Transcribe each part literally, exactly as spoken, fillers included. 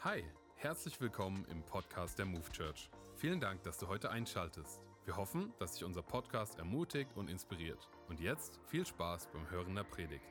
Hi, herzlich willkommen im Podcast der Move Church. Vielen Dank, dass du heute einschaltest. Wir hoffen, dass dich unser Podcast ermutigt und inspiriert. Und jetzt viel Spaß beim Hören der Predigt.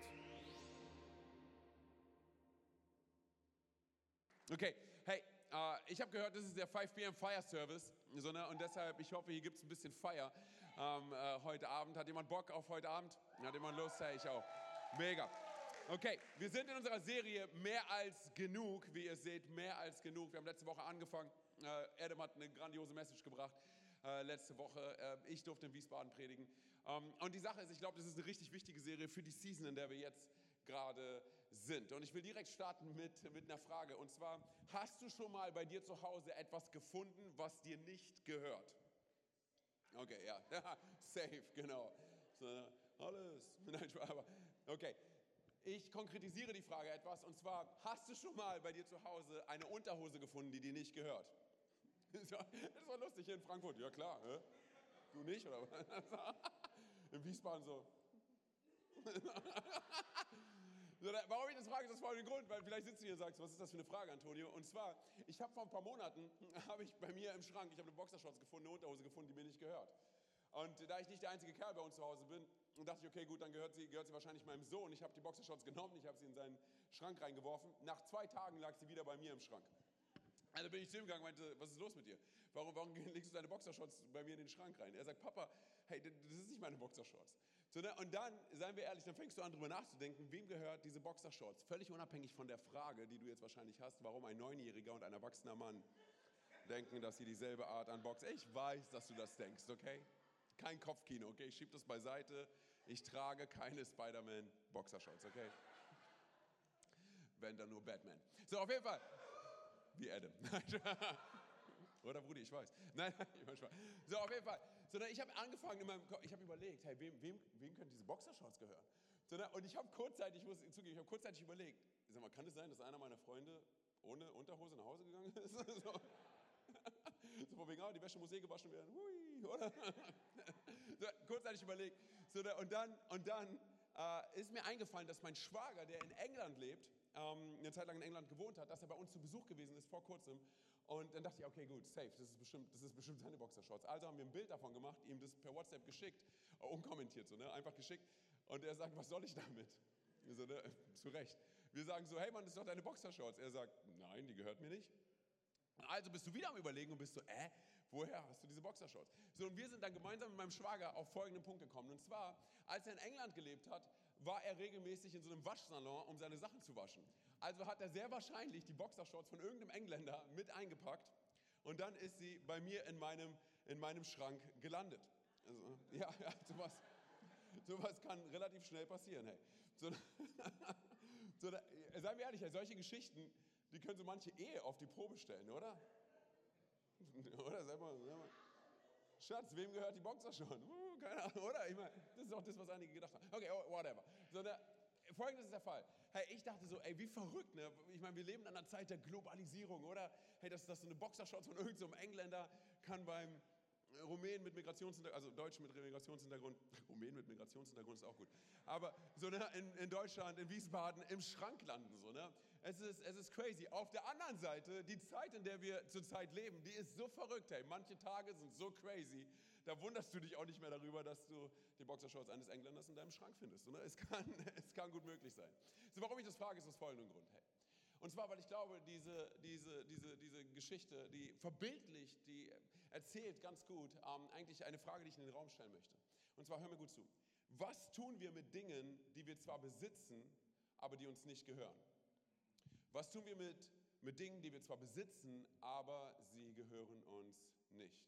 Okay, hey, äh, ich habe gehört, das ist der five p m Fire Service, so, ne? Und deshalb, ich hoffe, hier gibt es ein bisschen Feier ähm, äh, heute Abend. Hat jemand Bock auf heute Abend? Hat jemand Lust? Hey, ich auch. Mega. Okay, wir sind in unserer Serie Mehr als genug, wie ihr seht, mehr als genug. Wir haben letzte Woche angefangen, äh, Adam hat eine grandiose Message gebracht, äh, letzte Woche. Äh, ich durfte in Wiesbaden predigen. Ähm, und die Sache ist, ich glaube, das ist eine richtig wichtige Serie für die Season, in der wir jetzt gerade sind. Und ich will direkt starten mit, mit einer Frage. Und zwar, hast du schon mal bei dir zu Hause etwas gefunden, was dir nicht gehört? Okay, ja, safe, genau. So, alles. Nein, aber okay. Ich konkretisiere die Frage etwas, und zwar, hast du schon mal bei dir zu Hause eine Unterhose gefunden, die dir nicht gehört? Das war lustig hier in Frankfurt, ja klar. Hä? Du nicht, oder was? In Wiesbaden so. So, warum ich das frage, ist das folgende Grund, weil vielleicht sitzt du hier und sagst, was ist das für eine Frage, Antonio? Und zwar, ich habe vor ein paar Monaten, habe ich bei mir im Schrank, ich habe eine Boxershorts gefunden, eine Unterhose gefunden, die mir nicht gehört. Und da ich nicht der einzige Kerl bei uns zu Hause bin, dachte ich, okay, gut, dann gehört sie, gehört sie wahrscheinlich meinem Sohn. Ich habe die Boxershorts genommen, ich habe sie in seinen Schrank reingeworfen. Nach zwei Tagen lag sie wieder bei mir im Schrank. Also bin ich zu ihm gegangen und meinte, was ist los mit dir? Warum, warum legst du deine Boxershorts bei mir in den Schrank rein? Er sagt, Papa, hey, das ist nicht meine Boxershorts. So, ne? Und dann, seien wir ehrlich, dann fängst du an, darüber nachzudenken, wem gehört diese Boxershorts? Völlig unabhängig von der Frage, die du jetzt wahrscheinlich hast, warum ein Neunjähriger und ein erwachsener Mann denken, dass sie dieselbe Art an Box. Ich weiß, dass du das denkst, okay? Kein Kopfkino, okay? Ich schieb das beiseite. Ich trage keine Spider-Man-Boxershorts, okay? Wenn dann nur Batman. So, auf jeden Fall. Wie Adam. Oder Brudi, ich weiß. Nein, nein, so, auf jeden Fall. So, ich habe angefangen in meinem Kopf, ich habe überlegt, hey, wem, wem, wem können diese Boxershorts gehören? So, und ich habe kurzzeitig, ich muss zugeben, ich habe kurzzeitig überlegt, sag mal, kann es sein, dass einer meiner Freunde ohne Unterhose nach Hause gegangen ist? So. So von wegen, oh, die Wäsche muss eh gewaschen werden. Hui, oder? So, kurzzeitig überlegt. So, und dann, und dann äh, ist mir eingefallen, dass mein Schwager, der in England lebt, ähm, eine Zeit lang in England gewohnt hat, dass er bei uns zu Besuch gewesen ist vor kurzem. Und dann dachte ich, okay, gut, safe, das ist bestimmt, das ist bestimmt seine Boxershorts. Also haben wir ein Bild davon gemacht, ihm das per WhatsApp geschickt, äh, unkommentiert so, ne? Einfach geschickt. Und er sagt, was soll ich damit? So, ne? Zu Recht. Wir sagen so, hey Mann, das ist doch deine Boxershorts. Er sagt, nein, die gehört mir nicht. Also bist du wieder am Überlegen und bist so, äh, woher hast du diese Boxershorts? So, und wir sind dann gemeinsam mit meinem Schwager auf folgenden Punkt gekommen. Und zwar, als er in England gelebt hat, war er regelmäßig in so einem Waschsalon, um seine Sachen zu waschen. Also hat er sehr wahrscheinlich die Boxershorts von irgendeinem Engländer mit eingepackt. Und dann ist sie bei mir in meinem, in meinem Schrank gelandet. Also, ja, ja, sowas, sowas kann relativ schnell passieren. Hey. So, so, seien wir ehrlich, solche Geschichten, die können so manche Ehe auf die Probe stellen, oder? Oder? Sag mal, sag mal. Schatz, wem gehört die Boxershorts? Uh, keine Ahnung, oder? Ich meine, das ist auch das, was einige gedacht haben. Okay, oh, whatever. So, ne, Folgendes ist der Fall. Hey, ich dachte so, ey, wie verrückt, ne? Ich meine, wir leben in einer Zeit der Globalisierung, oder? Hey, dass, dass so eine Boxershorts von irgendeinem so Engländer kann beim Rumänen mit Migrationshintergrund, also Deutschen mit Migrationshintergrund, Rumänen mit Migrationshintergrund ist auch gut, aber so ne, in, in Deutschland, in Wiesbaden, im Schrank landen, so, ne? Es ist, es ist crazy. Auf der anderen Seite, die Zeit, in der wir zurzeit leben, die ist so verrückt, hey, manche Tage sind so crazy, da wunderst du dich auch nicht mehr darüber, dass du die Boxershorts eines Engländers in deinem Schrank findest, so, ne? Es kann, es kann gut möglich sein. So, warum ich das frage, ist aus folgendem Grund, hey. Und zwar, weil ich glaube, diese, diese, diese, diese Geschichte, die verbildlicht, die erzählt ganz gut ähm, eigentlich eine Frage, die ich in den Raum stellen möchte. Und zwar, hör mir gut zu. Was tun wir mit Dingen, die wir zwar besitzen, aber die uns nicht gehören? Was tun wir mit, mit Dingen, die wir zwar besitzen, aber sie gehören uns nicht?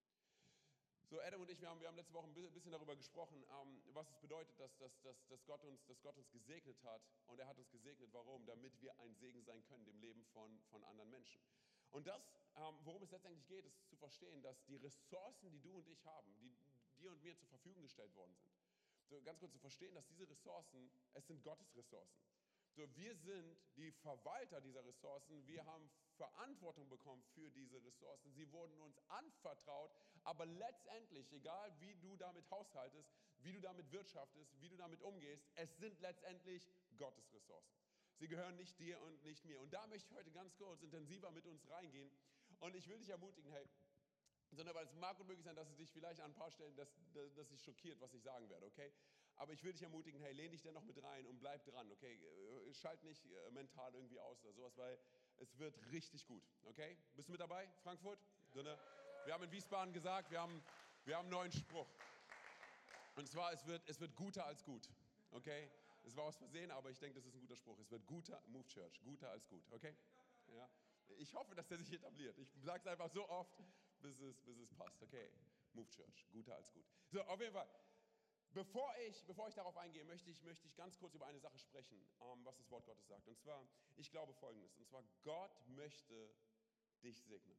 So, Adam und ich, wir haben, wir haben letzte Woche ein bisschen darüber gesprochen, ähm, was es bedeutet, dass, dass, dass, dass, Gott uns, dass Gott uns gesegnet hat. Und er hat uns gesegnet, warum? Damit wir ein Segen sein können im Leben von, von anderen Menschen. Und das, ähm, worum es letztendlich geht, ist zu verstehen, dass die Ressourcen, die du und ich haben, die dir und mir zur Verfügung gestellt worden sind, so ganz kurz zu verstehen, dass diese Ressourcen, es sind Gottes Ressourcen. So, wir sind die Verwalter dieser Ressourcen, wir haben Verantwortung bekommen für diese Ressourcen, sie wurden uns anvertraut, aber letztendlich, egal wie du damit haushaltest, wie du damit wirtschaftest, wie du damit umgehst, es sind letztendlich Gottes Ressourcen. Sie gehören nicht dir und nicht mir. Und da möchte ich heute ganz kurz intensiver mit uns reingehen. Und ich will dich ermutigen, hey, sondern weil es mag unmöglich sein, dass es dich vielleicht an ein paar Stellen, dass, dass, dass dich schockiert, was ich sagen werde, okay? Aber ich will dich ermutigen, hey, lehn dich dennoch mit rein und bleib dran, okay? Schalt nicht äh, mental irgendwie aus oder sowas, weil es wird richtig gut, okay? Bist du mit dabei, Frankfurt? So, ne? Wir haben in Wiesbaden gesagt, wir haben, wir haben einen neuen Spruch. Und zwar, es wird, es wird guter als gut, okay? Es war aus Versehen, aber ich denke, das ist ein guter Spruch. Es wird guter, Move Church, guter als gut, okay? Ja? Ich hoffe, dass der sich etabliert. Ich sage es einfach so oft, bis es, bis es passt, okay? Move Church, guter als gut. So, auf jeden Fall. Bevor ich, bevor ich darauf eingehe, möchte ich, möchte ich ganz kurz über eine Sache sprechen, ähm, was das Wort Gottes sagt. Und zwar, ich glaube Folgendes. Und zwar, Gott möchte dich segnen.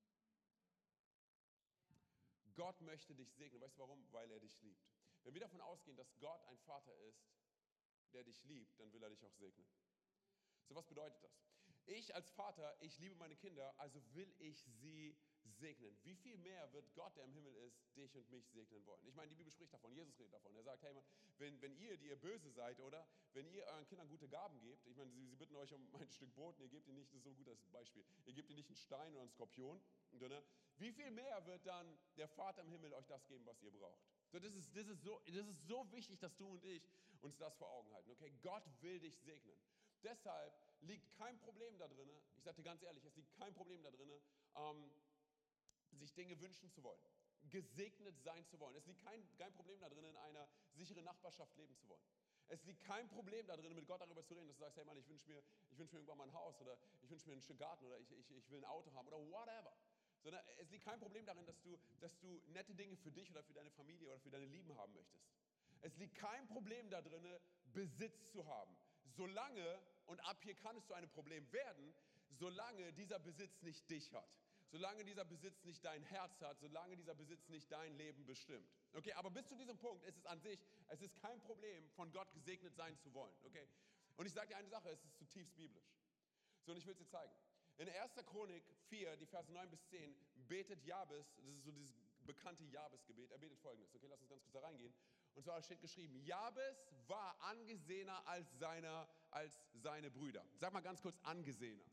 Gott möchte dich segnen. Weißt du warum? Weil er dich liebt. Wenn wir davon ausgehen, dass Gott ein Vater ist, der dich liebt, dann will er dich auch segnen. So, was bedeutet das? Ich als Vater, ich liebe meine Kinder, also will ich sie segnen. Wie viel mehr wird Gott, der im Himmel ist, dich und mich segnen wollen? Ich meine, die Bibel spricht davon, Jesus redet davon. Er sagt, hey Mann, wenn, wenn ihr, die ihr böse seid, oder? Wenn ihr euren Kindern gute Gaben gebt, ich meine, sie, sie bitten euch um ein Stück Brot und ihr gebt ihnen nicht, das ist so ein gutes Beispiel, ihr gebt ihnen nicht einen Stein oder einen Skorpion, oder? Wie viel mehr wird dann der Vater im Himmel euch das geben, was ihr braucht? So, das ist, das ist so, das ist so wichtig, dass du und ich uns das vor Augen halten. Okay, Gott will dich segnen. Deshalb liegt kein Problem da drin, ich sage dir ganz ehrlich, es liegt kein Problem da drin, ähm, sich Dinge wünschen zu wollen, gesegnet sein zu wollen. Es liegt kein, kein Problem da drin, in einer sicheren Nachbarschaft leben zu wollen. Es liegt kein Problem da drin, mit Gott darüber zu reden, dass du sagst, hey Mann, ich wünsche mir, ich wünsch mir irgendwann mal ein Haus oder ich wünsche mir einen schönen Garten oder ich, ich, ich will ein Auto haben oder whatever. Sondern es liegt kein Problem darin, dass du, dass du nette Dinge für dich oder für deine Familie oder für deine Lieben haben möchtest. Es liegt kein Problem da drin, Besitz zu haben. Solange, und ab hier kann es zu einem Problem werden, solange dieser Besitz nicht dich hat. Solange dieser Besitz nicht dein Herz hat, solange dieser Besitz nicht dein Leben bestimmt. Okay, aber bis zu diesem Punkt ist es an sich, es ist kein Problem, von Gott gesegnet sein zu wollen. Okay, und ich sage dir eine Sache, es ist zutiefst biblisch. So, und ich will es dir zeigen. In erster Chronik vier, die Verse neun bis zehn, betet Jabes, das ist so dieses bekannte Jabes-Gebet, er betet Folgendes. Okay, lass uns ganz kurz da reingehen. Und zwar steht geschrieben, Jabes war angesehener als, seine, als seine Brüder. Sag mal ganz kurz, angesehener.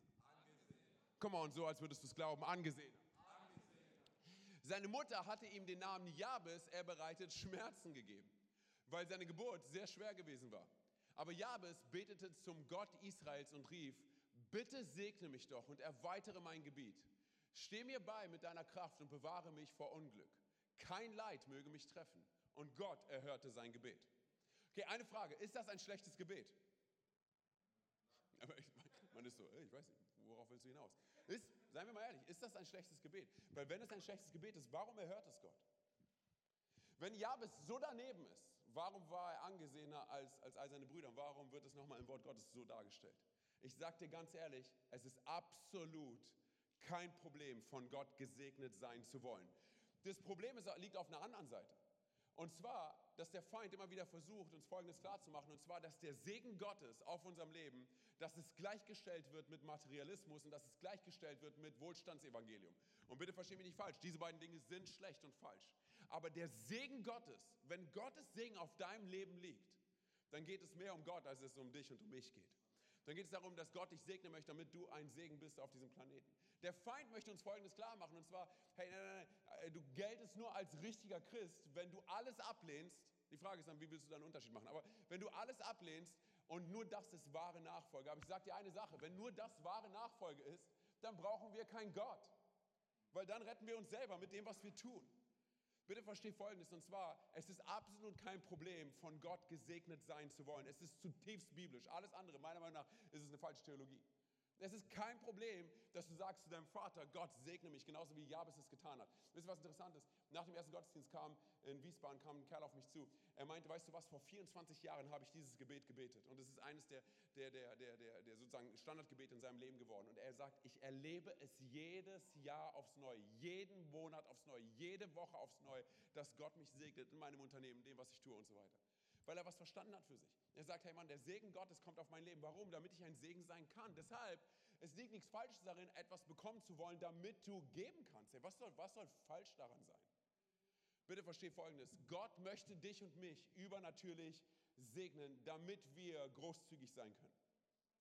Komm mal, und so, als würdest du es glauben, angesehener. Angesehener. Seine Mutter hatte ihm den Namen Jabes, er bereitet Schmerzen gegeben, weil seine Geburt sehr schwer gewesen war. Aber Jabes betete zum Gott Israels und rief, bitte segne mich doch und erweitere mein Gebiet. Steh mir bei mit deiner Kraft und bewahre mich vor Unglück. Kein Leid möge mich treffen. Und Gott erhörte sein Gebet. Okay, eine Frage, ist das ein schlechtes Gebet? Aber ich, man ist so, ich weiß nicht, worauf willst du hinaus? Ist, seien wir mal ehrlich, ist das ein schlechtes Gebet? Weil wenn es ein schlechtes Gebet ist, warum erhört es Gott? Wenn Jabes so daneben ist, warum war er angesehener als, als all seine Brüder? Warum wird es nochmal im Wort Gottes so dargestellt? Ich sage dir ganz ehrlich, es ist absolut kein Problem, von Gott gesegnet sein zu wollen. Das Problem ist, liegt auf einer anderen Seite. Und zwar, dass der Feind immer wieder versucht, uns Folgendes klarzumachen, und zwar, dass der Segen Gottes auf unserem Leben, dass es gleichgestellt wird mit Materialismus und dass es gleichgestellt wird mit Wohlstandsevangelium. Und bitte versteh mich nicht falsch, diese beiden Dinge sind schlecht und falsch. Aber der Segen Gottes, wenn Gottes Segen auf deinem Leben liegt, dann geht es mehr um Gott, als es um dich und um mich geht. Dann geht es darum, dass Gott dich segnen möchte, damit du ein Segen bist auf diesem Planeten. Der Feind möchte uns Folgendes klar machen, und zwar, hey, nein, nein, nein, du geltest nur als richtiger Christ, wenn du alles ablehnst. Die Frage ist dann, wie willst du da einen Unterschied machen? Aber wenn du alles ablehnst und nur das ist wahre Nachfolge. Aber ich sage dir eine Sache, wenn nur das wahre Nachfolge ist, dann brauchen wir keinen Gott. Weil dann retten wir uns selber mit dem, was wir tun. Bitte versteh Folgendes, und zwar, es ist absolut kein Problem, von Gott gesegnet sein zu wollen. Es ist zutiefst biblisch. Alles andere, meiner Meinung nach, ist es eine falsche Theologie. Es ist kein Problem, dass du sagst zu deinem Vater, Gott segne mich, genauso wie Jabes es getan hat. Wisst ihr, was interessant ist? Nach dem ersten Gottesdienst kam in Wiesbaden kam ein Kerl auf mich zu. Er meinte, weißt du was, vor vierundzwanzig Jahren habe ich dieses Gebet gebetet. Und es ist eines der, der, der, der, der, der sozusagen Standardgebete in seinem Leben geworden. Und er sagt, ich erlebe es jedes Jahr aufs Neue, jeden Monat aufs Neue, jede Woche aufs Neue, dass Gott mich segnet in meinem Unternehmen, dem, was ich tue und so weiter. Weil er was verstanden hat für sich. Er sagt, hey Mann, der Segen Gottes kommt auf mein Leben. Warum? Damit ich ein Segen sein kann. Deshalb, es liegt nichts Falsches darin, etwas bekommen zu wollen, damit du geben kannst. Hey, was soll, was soll falsch daran sein? Bitte versteh Folgendes. Gott möchte dich und mich übernatürlich segnen, damit wir großzügig sein können.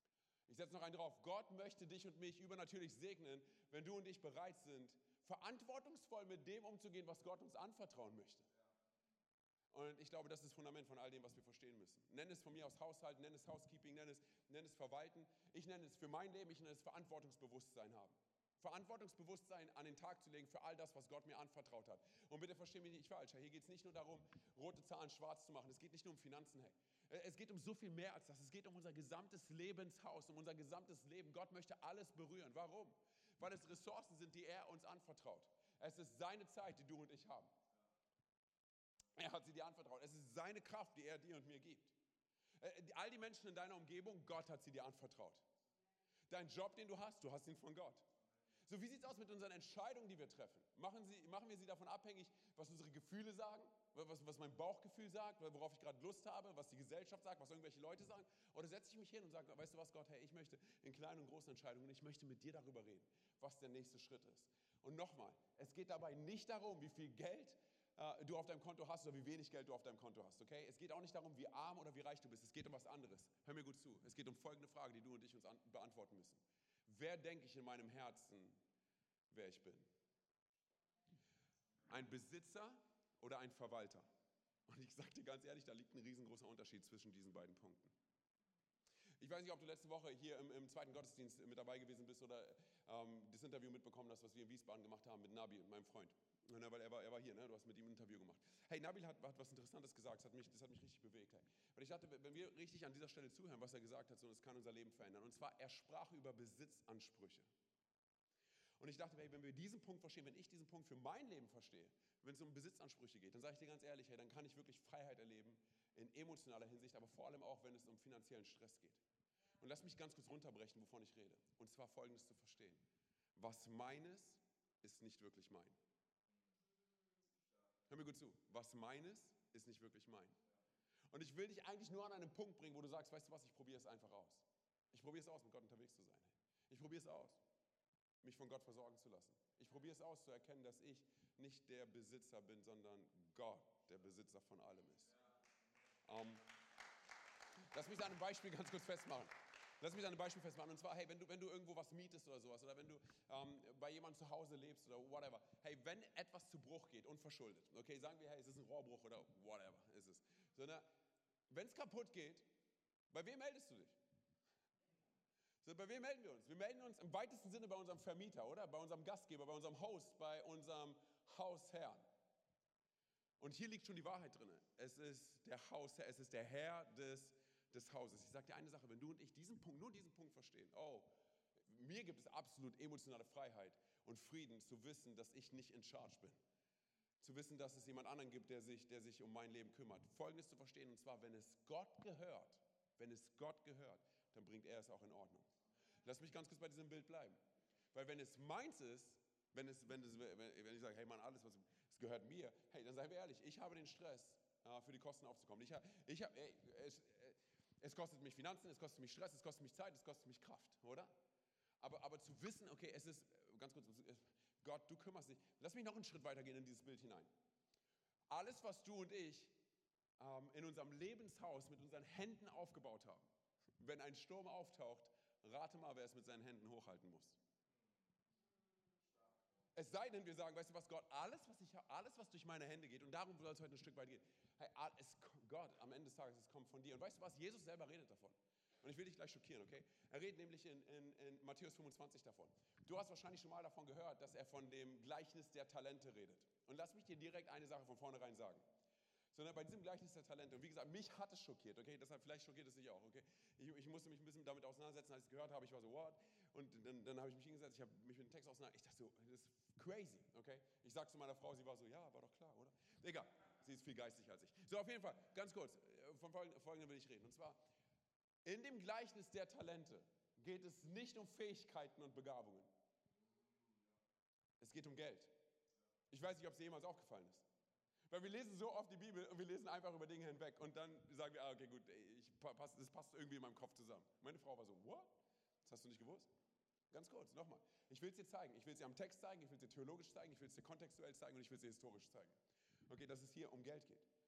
Ich setze noch einen drauf. Gott möchte dich und mich übernatürlich segnen, wenn du und ich bereit sind, verantwortungsvoll mit dem umzugehen, was Gott uns anvertrauen möchte. Und ich glaube, das ist das Fundament von all dem, was wir verstehen müssen. Nenn es von mir aus Haushalt, nenn es Housekeeping, nenn es, nenn es Verwalten. Ich nenne es für mein Leben, ich nenne es Verantwortungsbewusstsein haben. Verantwortungsbewusstsein an den Tag zu legen für all das, was Gott mir anvertraut hat. Und bitte versteh mich nicht falsch, hier geht es nicht nur darum, rote Zahlen schwarz zu machen. Es geht nicht nur um Finanzen, hey. Es geht um so viel mehr als das. Es geht um unser gesamtes Lebenshaus, um unser gesamtes Leben. Gott möchte alles berühren. Warum? Weil es Ressourcen sind, die er uns anvertraut. Es ist seine Zeit, die du und ich haben. Er hat sie dir anvertraut. Es ist seine Kraft, die er dir und mir gibt. All die Menschen in deiner Umgebung, Gott hat sie dir anvertraut. Dein Job, den du hast, du hast ihn von Gott. So, wie sieht es aus mit unseren Entscheidungen, die wir treffen? Machen, sie, machen wir sie davon abhängig, was unsere Gefühle sagen, was, was mein Bauchgefühl sagt, worauf ich gerade Lust habe, was die Gesellschaft sagt, was irgendwelche Leute sagen? Oder setze ich mich hin und sage, weißt du was, Gott, hey, ich möchte in kleinen und großen Entscheidungen, ich möchte mit dir darüber reden, was der nächste Schritt ist. Und nochmal, es geht dabei nicht darum, wie viel Geld äh, du auf deinem Konto hast oder wie wenig Geld du auf deinem Konto hast, okay? Es geht auch nicht darum, wie arm oder wie reich du bist, es geht um was anderes. Hör mir gut zu, es geht um folgende Frage, die du und ich uns an, beantworten müssen. Wer denke ich in meinem Herzen, wer ich bin? Ein Besitzer oder ein Verwalter? Und ich sage dir ganz ehrlich, da liegt ein riesengroßer Unterschied zwischen diesen beiden Punkten. Ich weiß nicht, ob du letzte Woche hier im, im zweiten Gottesdienst mit dabei gewesen bist oder ähm, das Interview mitbekommen hast, was wir in Wiesbaden gemacht haben mit Nabil, meinem Freund. Ja, weil er war, er war hier, ne? Du hast mit ihm ein Interview gemacht. Hey, Nabil hat, hat was Interessantes gesagt, das hat, mich, das hat mich richtig bewegt. Hey. Weil ich dachte, wenn wir richtig an dieser Stelle zuhören, was er gesagt hat, so, das kann unser Leben verändern. Und zwar, er sprach über Besitzansprüche. Und ich dachte, hey, wenn wir diesen Punkt verstehen, wenn ich diesen Punkt für mein Leben verstehe, wenn es um Besitzansprüche geht, dann sage ich dir ganz ehrlich, hey, dann kann ich wirklich Freiheit erleben in emotionaler Hinsicht, aber vor allem auch, wenn es um finanziellen Stress geht. Und lass mich ganz kurz runterbrechen, wovon ich rede. Und zwar Folgendes zu verstehen. Was meines ist nicht wirklich mein. Hör mir gut zu. Was meines ist nicht wirklich mein. Und ich will dich eigentlich nur an einen Punkt bringen, wo du sagst, weißt du was, ich probiere es einfach aus. Ich probiere es aus, mit Gott unterwegs zu sein. Ich probiere es aus, mich von Gott versorgen zu lassen. Ich probiere es aus, zu erkennen, dass ich nicht der Besitzer bin, sondern Gott der Besitzer von allem ist. Um, lass mich da ein Beispiel ganz kurz festmachen. Lass mich da ein Beispiel festmachen. Und zwar, hey, wenn du, wenn du irgendwo was mietest oder sowas, oder wenn du ähm, bei jemandem zu Hause lebst oder whatever, hey, wenn etwas zu Bruch geht, unverschuldet, okay, sagen wir, hey, es ist ein Rohrbruch oder whatever, ist es. Sondern, wenn es kaputt geht, bei wem meldest du dich? So, bei wem melden wir uns? Wir melden uns im weitesten Sinne bei unserem Vermieter, oder? Bei unserem Gastgeber, bei unserem Host, bei unserem Hausherrn. Und hier liegt schon die Wahrheit drin. Es ist der Hausherr, es ist der Herr des, des Hauses. Ich sage dir eine Sache, wenn du und ich diesen Punkt, nur diesen Punkt verstehen, oh, mir gibt es absolut emotionale Freiheit und Frieden zu wissen, dass ich nicht in charge bin. Zu wissen, dass es jemand anderen gibt, der sich, der sich um mein Leben kümmert. Folgendes zu verstehen, und zwar, wenn es Gott gehört, wenn es Gott gehört, dann bringt er es auch in Ordnung. Lass mich ganz kurz bei diesem Bild bleiben. Weil wenn es meins ist, wenn, es, wenn, es, wenn ich sage, hey Mann, alles, was es gehört mir, hey, dann seien wir ehrlich, ich habe den Stress, äh, für die Kosten aufzukommen. Ich, ich, ey, es, es kostet mich Finanzen, es kostet mich Stress, es kostet mich Zeit, es kostet mich Kraft, oder? Aber, aber zu wissen, okay, es ist, ganz kurz, Gott, du kümmerst dich. Lass mich noch einen Schritt weitergehen in dieses Bild hinein. Alles, was du und ich ähm, in unserem Lebenshaus mit unseren Händen aufgebaut haben, wenn ein Sturm auftaucht, rate mal, wer es mit seinen Händen hochhalten muss. Es sei denn, wir sagen, weißt du was, Gott, alles, was ich habe, alles, was durch meine Hände geht, und darum soll es heute ein Stück weit gehen, hey, es, Gott, am Ende des Tages, es kommt von dir. Und weißt du was, Jesus selber redet davon. Und ich will dich gleich schockieren, okay? Er redet nämlich in, in, in Matthäus fünfundzwanzig davon. Du hast wahrscheinlich schon mal davon gehört, dass er von dem Gleichnis der Talente redet. Und lass mich dir direkt eine Sache von vornherein sagen. Sondern bei diesem Gleichnis der Talente, und wie gesagt, mich hat es schockiert, okay? Deshalb, vielleicht schockiert es dich auch, okay? Ich, ich musste mich ein bisschen damit auseinandersetzen, als ich es gehört habe. Ich war so, what? Und dann, dann habe ich mich hingesetzt, ich habe mich mit dem Text auseinandergesetzt. Ich dachte so, das ist crazy, okay? Ich sagte zu meiner Frau, sie war so, ja, war doch klar, oder? Egal, sie ist viel geistlicher als ich. So, auf jeden Fall, ganz kurz, von Folgendem will ich reden. Und zwar, in dem Gleichnis der Talente geht es nicht um Fähigkeiten und Begabungen. Es geht um Geld. Ich weiß nicht, ob es dir jemals aufgefallen ist. Weil wir lesen so oft die Bibel und wir lesen einfach über Dinge hinweg und dann sagen wir, ah, okay, gut, ich, pass, das passt irgendwie in meinem Kopf zusammen. Meine Frau war so, what? Das hast du nicht gewusst? Ganz kurz, nochmal. Ich will es dir zeigen. Ich will es dir am Text zeigen, ich will es dir theologisch zeigen, ich will es dir kontextuell zeigen und ich will es dir historisch zeigen. Okay, dass es hier um Geld geht.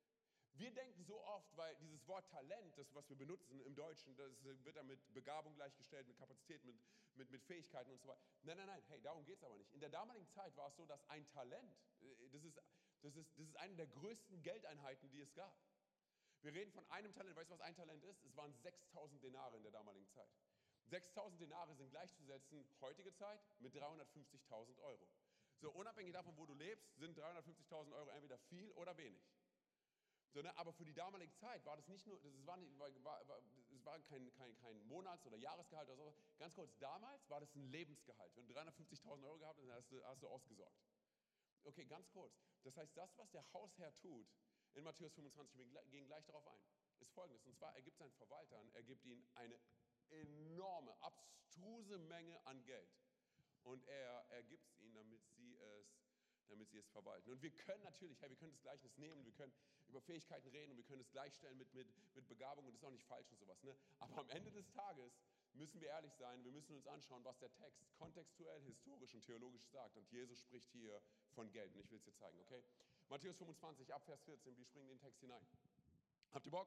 Wir denken so oft, weil dieses Wort Talent, das was wir benutzen im Deutschen, das wird dann mit Begabung gleichgestellt, mit Kapazität, mit, mit, mit Fähigkeiten und so weiter. Nein, nein, nein, hey, darum geht es aber nicht. In der damaligen Zeit war es so, dass ein Talent, das ist, das ist, das ist eine der größten Geldeinheiten, die es gab. Wir reden von einem Talent. Weißt du, was ein Talent ist? Es waren sechstausend Denare in der damaligen Zeit. sechstausend Denare sind gleichzusetzen, heutige Zeit, mit dreihundertfünfzigtausend Euro. So, unabhängig davon, wo du lebst, sind dreihundertfünfzigtausend Euro entweder viel oder wenig. So, ne, aber für die damalige Zeit war das nicht nur, das war, nicht, war, war, das war kein, kein, kein Monats- oder Jahresgehalt oder so. Ganz kurz, damals war das ein Lebensgehalt. Wenn du dreihundertfünfzigtausend Euro gehabt hast, dann hast du, hast du ausgesorgt. Okay, ganz kurz. Das heißt, das, was der Hausherr tut, in Matthäus fünfundzwanzig, wir gehen gleich darauf ein, ist folgendes. Und zwar, er gibt seinen Verwaltern, er gibt ihnen eine enorme, abstruse Menge an Geld. Und er, er gibt es ihnen, damit sie es, damit sie es verwalten. Und wir können natürlich, hey, wir können das Gleichnis nehmen, wir können über Fähigkeiten reden und wir können es gleichstellen mit, mit, mit Begabung und das ist auch nicht falsch und sowas. Ne? Aber am Ende des Tages müssen wir ehrlich sein, wir müssen uns anschauen, was der Text kontextuell, historisch und theologisch sagt. Und Jesus spricht hier von Geld. Und ich will es dir zeigen, okay? Matthäus fünfundzwanzig, ab Vers vierzehn, wir springen in den Text hinein. Habt ihr Bock?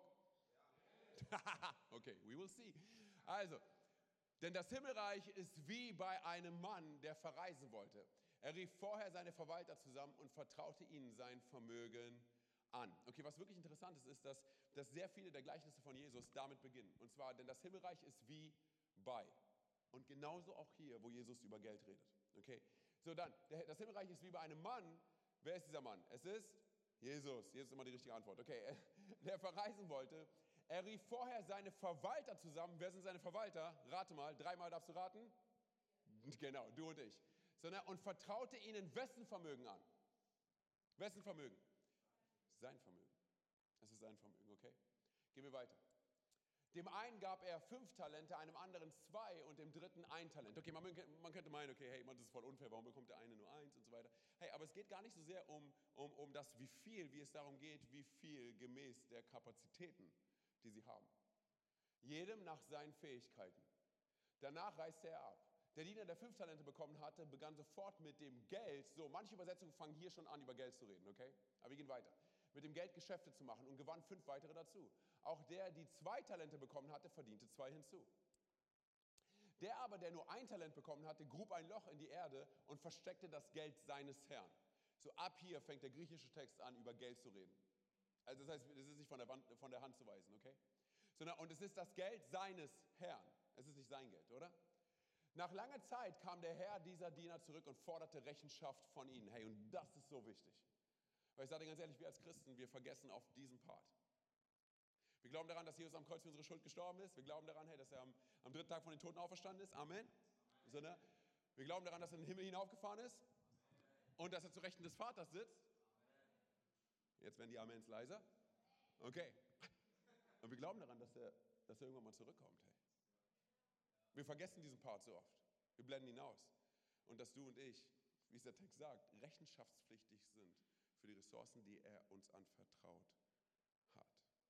Ja. Okay, we will see. Also, denn das Himmelreich ist wie bei einem Mann, der verreisen wollte. Er rief vorher seine Verwalter zusammen und vertraute ihnen sein Vermögen an. Okay, was wirklich interessant ist, ist, dass, dass sehr viele der Gleichnisse von Jesus damit beginnen. Und zwar, denn das Himmelreich ist wie bei. Und genauso auch hier, wo Jesus über Geld redet. Okay, so dann, der, das Himmelreich ist wie bei einem Mann. Wer ist dieser Mann? Es ist Jesus. Jesus ist immer die richtige Antwort. Okay, der verreisen wollte. Er rief vorher seine Verwalter zusammen. Wer sind seine Verwalter? Rate mal. Dreimal darfst du raten? Genau, du und ich. Sondern, und vertraute ihnen wessen Vermögen an? Wessen Vermögen? Sein Vermögen. Es ist sein Vermögen, okay? Gehen wir weiter. Dem einen gab er fünf Talente, einem anderen zwei und dem dritten ein Talent. Okay, man, man könnte meinen, okay, hey, das ist voll unfair, warum bekommt der eine nur eins und so weiter. Hey, aber es geht gar nicht so sehr um, um, um das, wie viel, wie es darum geht, wie viel gemäß der Kapazitäten, die sie haben. Jedem nach seinen Fähigkeiten. Danach reiste er ab. Der Diener, der fünf Talente bekommen hatte, begann sofort mit dem Geld, so manche Übersetzungen fangen hier schon an, über Geld zu reden, okay? Aber wir gehen weiter. Mit dem Geld Geschäfte zu machen und gewann fünf weitere dazu. Auch der, die zwei Talente bekommen hatte, verdiente zwei hinzu. Der aber, der nur ein Talent bekommen hatte, grub ein Loch in die Erde und versteckte das Geld seines Herrn. So ab hier fängt der griechische Text an, über Geld zu reden. Also das heißt, das ist nicht von der, Wand, von der Hand zu weisen, okay? Sondern, und es ist das Geld seines Herrn. Es ist nicht sein Geld, oder? Nach langer Zeit kam der Herr dieser Diener zurück und forderte Rechenschaft von ihnen. Hey, und das ist so wichtig. Weil ich sage dir ganz ehrlich, wir als Christen, wir vergessen oft diesen Part. Wir glauben daran, dass Jesus am Kreuz für unsere Schuld gestorben ist. Wir glauben daran, hey, dass er am, am dritten Tag von den Toten auferstanden ist. Amen. So, ne? Wir glauben daran, dass er in den Himmel hinaufgefahren ist. Und dass er zu Rechten des Vaters sitzt. Jetzt werden die Amens leiser. Okay. Und wir glauben daran, dass er, dass er irgendwann mal zurückkommt. Hey. Wir vergessen diesen Part so oft. Wir blenden ihn aus. Und dass du und ich, wie es der Text sagt, rechenschaftspflichtig sind für die Ressourcen, die er uns anvertraut hat.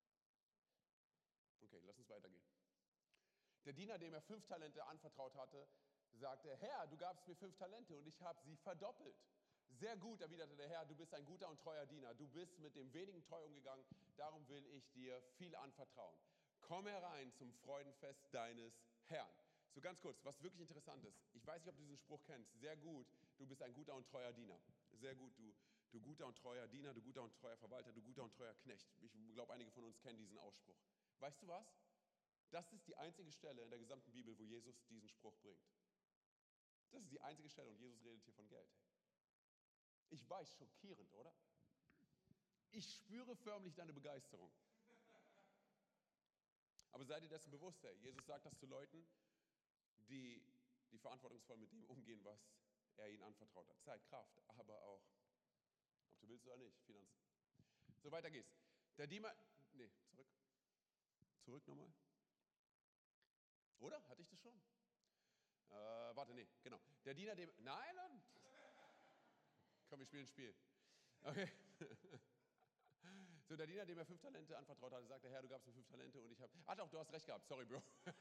Okay, lass uns weitergehen. Der Diener, dem er fünf Talente anvertraut hatte, sagte, Herr, du gabst mir fünf Talente und ich habe sie verdoppelt. Sehr gut, erwiderte der Herr, du bist ein guter und treuer Diener. Du bist mit dem wenigen treu umgegangen, darum will ich dir viel anvertrauen. Komm herein zum Freudenfest deines Herrn. So ganz kurz, was wirklich interessant ist. Ich weiß nicht, ob du diesen Spruch kennst. Sehr gut, du bist ein guter und treuer Diener. Sehr gut, du, du guter und treuer Diener, du guter und treuer Verwalter, du guter und treuer Knecht. Ich glaube, einige von uns kennen diesen Ausspruch. Weißt du was? Das ist die einzige Stelle in der gesamten Bibel, wo Jesus diesen Spruch bringt. Das ist die einzige Stelle und Jesus redet hier von Geld. Ich weiß, schockierend, oder? Ich spüre förmlich deine Begeisterung. Aber sei dir dessen bewusst, hey, Jesus sagt das zu Leuten, die, die verantwortungsvoll mit dem umgehen, was er ihnen anvertraut hat. Zeit, Kraft, aber auch, ob du willst oder nicht, Finanzen. So, weiter geht's. Der Diener, nee, zurück. Zurück nochmal. Oder? Hatte ich das schon? Äh, warte, nee, genau. Der Diener, dem, nein, nein. Komm, wir spielen ein Spiel. Okay. So, der Diener, dem er fünf Talente anvertraut hatte, sagte, Herr, du gabst mir fünf Talente und ich habe, ach doch, du hast recht gehabt, sorry, Bro.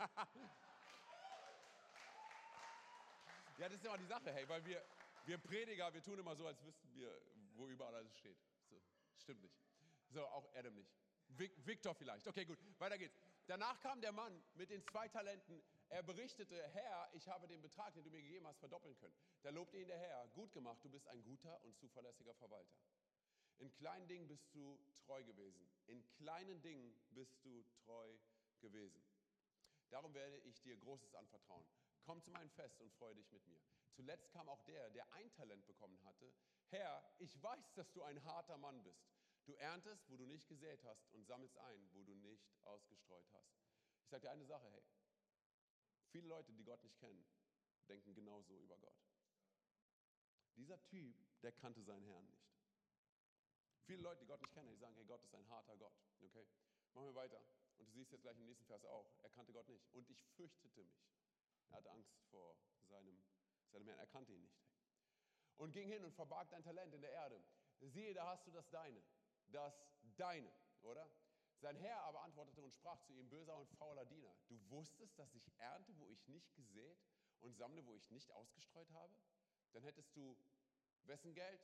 Ja, das ist immer die Sache, hey, weil wir, wir Prediger, wir tun immer so, als wüssten wir, wo überall alles steht. So, stimmt nicht. So, auch Adam nicht. Vic, Victor vielleicht. Okay, gut, weiter geht's. Danach kam der Mann mit den zwei Talenten. Er berichtete, Herr, ich habe den Betrag, den du mir gegeben hast, verdoppeln können. Da lobte ihn der Herr. Gut gemacht, du bist ein guter und zuverlässiger Verwalter. In kleinen Dingen bist du treu gewesen. In kleinen Dingen bist du treu gewesen. Darum werde ich dir Großes anvertrauen. Komm zu meinem Fest und freue dich mit mir. Zuletzt kam auch der, der ein Talent bekommen hatte. Herr, ich weiß, dass du ein harter Mann bist. Du erntest, wo du nicht gesät hast und sammelst ein, wo du nicht ausgestreut hast. Ich sage dir eine Sache, hey. Viele Leute, die Gott nicht kennen, denken genauso über Gott. Dieser Typ, der kannte seinen Herrn nicht. Viele Leute, die Gott nicht kennen, die sagen, hey, Gott ist ein harter Gott. Okay, machen wir weiter. Und du siehst jetzt gleich im nächsten Vers auch, er kannte Gott nicht. Und ich fürchtete mich. Er hatte Angst vor seinem, seinem Herrn, er kannte ihn nicht. Und ging hin und verbarg dein Talent in der Erde. Siehe, da hast du das Deine. Das Deine, oder? Sein Herr aber antwortete und sprach zu ihm, böser und fauler Diener, du wusstest, dass ich ernte, wo ich nicht gesät und sammle, wo ich nicht ausgestreut habe? Dann hättest du wessen Geld?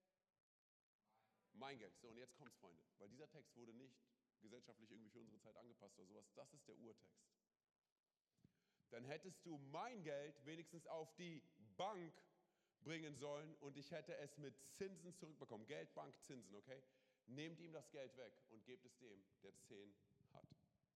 Mein Geld. So, und jetzt kommt's, Freunde, weil dieser Text wurde nicht gesellschaftlich irgendwie für unsere Zeit angepasst oder sowas. Das ist der Urtext. Dann hättest du mein Geld wenigstens auf die Bank bringen sollen und ich hätte es mit Zinsen zurückbekommen. Geld, Bank, Zinsen, okay? Nehmt ihm das Geld weg und gebt es dem, der zehn hat.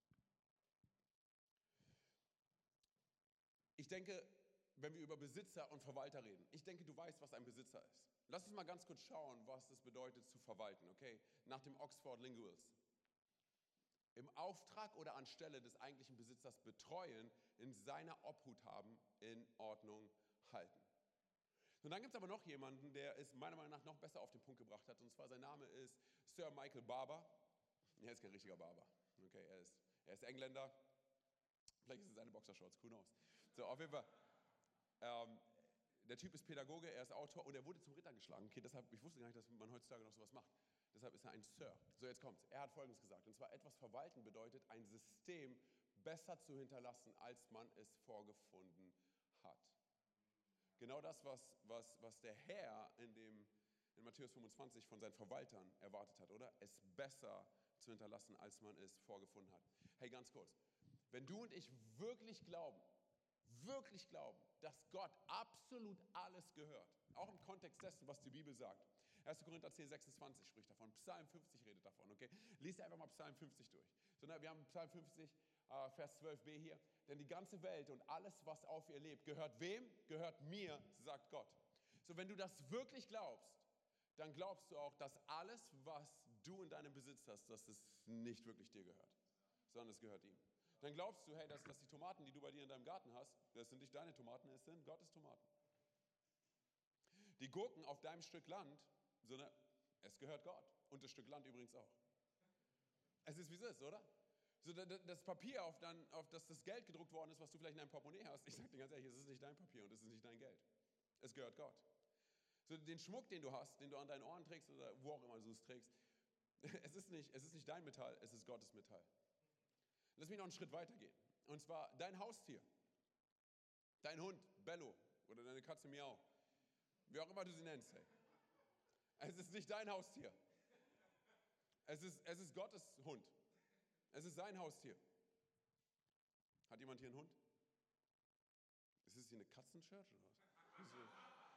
Ich denke, wenn wir über Besitzer und Verwalter reden, ich denke, du weißt, was ein Besitzer ist. Lass uns mal ganz kurz schauen, was es bedeutet zu verwalten, okay? Nach dem Oxford Linguals. Im Auftrag oder anstelle des eigentlichen Besitzers betreuen, in seiner Obhut haben, in Ordnung halten. Und dann gibt es aber noch jemanden, der es meiner Meinung nach noch besser auf den Punkt gebracht hat. Und zwar sein Name ist Sir Michael Barber. Er ist kein richtiger Barber. Okay, er ist, er ist Engländer. Vielleicht ist es seine Boxershorts, who knows. So, auf jeden Fall. Ähm, der Typ ist Pädagoge, er ist Autor und er wurde zum Ritter geschlagen. Okay, deshalb, ich wusste gar nicht, dass man heutzutage noch sowas macht. Deshalb ist er ein Sir. So, jetzt kommt's. Er hat Folgendes gesagt. Und zwar, etwas verwalten bedeutet, ein System besser zu hinterlassen, als man es vorgefunden hat. Genau das, was, was, was der Herr in, dem, in Matthäus fünfundzwanzig von seinen Verwaltern erwartet hat, oder? Es besser zu hinterlassen, als man es vorgefunden hat. Hey, ganz kurz. Wenn du und ich wirklich glauben, wirklich glauben, dass Gott absolut alles gehört, auch im Kontext dessen, was die Bibel sagt. erster Korinther zehn, sechsundzwanzig spricht davon, Psalm fünfzig redet davon, okay? Lies dir einfach mal Psalm fünfzig durch. So, na, wir haben Psalm fünfzig, äh, Vers zwölf b hier. Denn die ganze Welt und alles, was auf ihr lebt, gehört wem? Gehört mir, sagt Gott. So, wenn du das wirklich glaubst, dann glaubst du auch, dass alles, was du in deinem Besitz hast, dass es nicht wirklich dir gehört, sondern es gehört ihm. Dann glaubst du, hey, dass, dass die Tomaten, die du bei dir in deinem Garten hast, das sind nicht deine Tomaten, es sind Gottes Tomaten. Die Gurken auf deinem Stück Land, sondern es gehört Gott. Und das Stück Land übrigens auch. Es ist, wie es ist, oder? So, das Papier, auf, dann, auf das das Geld gedruckt worden ist, was du vielleicht in deinem Portemonnaie hast, ich sage dir ganz ehrlich, es ist nicht dein Papier und es ist nicht dein Geld. Es gehört Gott. So, den Schmuck, den du hast, den du an deinen Ohren trägst oder wo auch immer du es trägst, es ist nicht, es ist nicht dein Metall, es ist Gottes Metall. Lass mich noch einen Schritt weitergehen. Und zwar dein Haustier, dein Hund, Bello, oder deine Katze Miau, wie auch immer du sie nennst. Hey. Es ist nicht dein Haustier. Es ist, es ist Gottes Hund. Es ist sein Haustier. Hat jemand hier einen Hund? Ist es hier eine Katzenchurch oder was?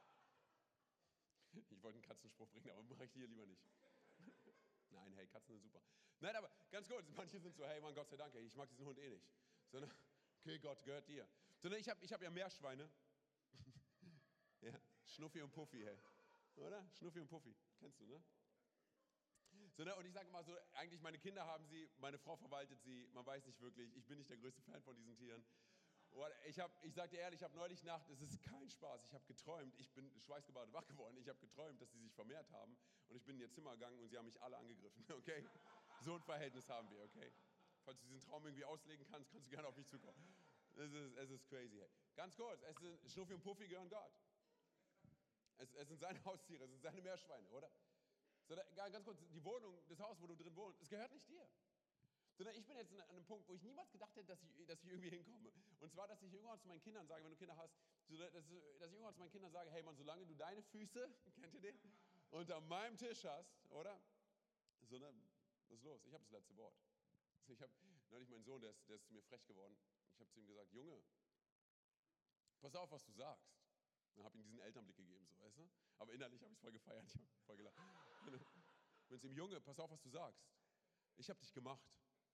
Ich wollte einen Katzenspruch bringen, aber mache ich hier lieber nicht. Nein, hey, Katzen sind super. Nein, aber ganz kurz, manche sind so, hey Mann, Gott sei Dank, hey, ich mag diesen Hund eh nicht. Sondern, okay, Gott, gehört dir. Sondern ich habe ich hab ja Meerschweine. Ja, Schnuffi und Puffi, hey. Oder? Schnuffi und Puffi. Kennst du, ne? So, ne? Und ich sage mal so, eigentlich meine Kinder haben sie, meine Frau verwaltet sie, man weiß nicht wirklich, ich bin nicht der größte Fan von diesen Tieren. Ich, ich sage dir ehrlich, ich habe neulich Nacht, es ist kein Spaß, ich habe geträumt, ich bin schweißgebadet wach geworden, ich habe geträumt, dass sie sich vermehrt haben und ich bin in ihr Zimmer gegangen und sie haben mich alle angegriffen, okay? So ein Verhältnis haben wir, okay? Falls du diesen Traum irgendwie auslegen kannst, kannst du gerne auf mich zukommen. Es ist, es ist crazy, hey. Ganz kurz, es sind, Schnuffi und Puffi gehören Gott. Es, es sind seine Haustiere, es sind seine Meerschweine, oder? So, da, ganz kurz, die Wohnung, das Haus, wo du drin wohnst, es gehört nicht dir. Sondern ich bin jetzt an einem Punkt, wo ich niemals gedacht hätte, dass ich, dass ich irgendwie hinkomme. Und zwar, dass ich irgendwann zu meinen Kindern sage, wenn du Kinder hast, dass ich irgendwann zu meinen Kindern sage, hey Mann, solange du deine Füße, kennt ihr den, unter meinem Tisch hast, oder? So, ne, Was ist los? Ich habe das letzte Wort. Ich habe neulich meinen Sohn, der ist, der ist zu mir frech geworden. Ich habe zu ihm gesagt, Junge, pass auf, was du sagst. Dann habe ich ihm diesen Elternblick gegeben, so, weißt du? Aber innerlich habe ich es voll gefeiert, ich habe voll gelacht. Wenn es ihm, Junge, pass auf, was du sagst. Ich habe dich gemacht.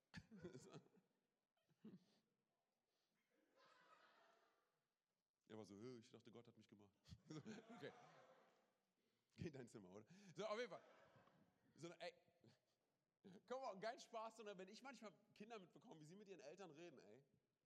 Er war so, ich dachte, Gott hat mich gemacht. Okay. Geh in dein Zimmer, oder? So, auf jeden Fall. So, ey, komm mal, geil Spaß, sondern wenn ich manchmal Kinder mitbekomme, wie sie mit ihren Eltern reden, ey.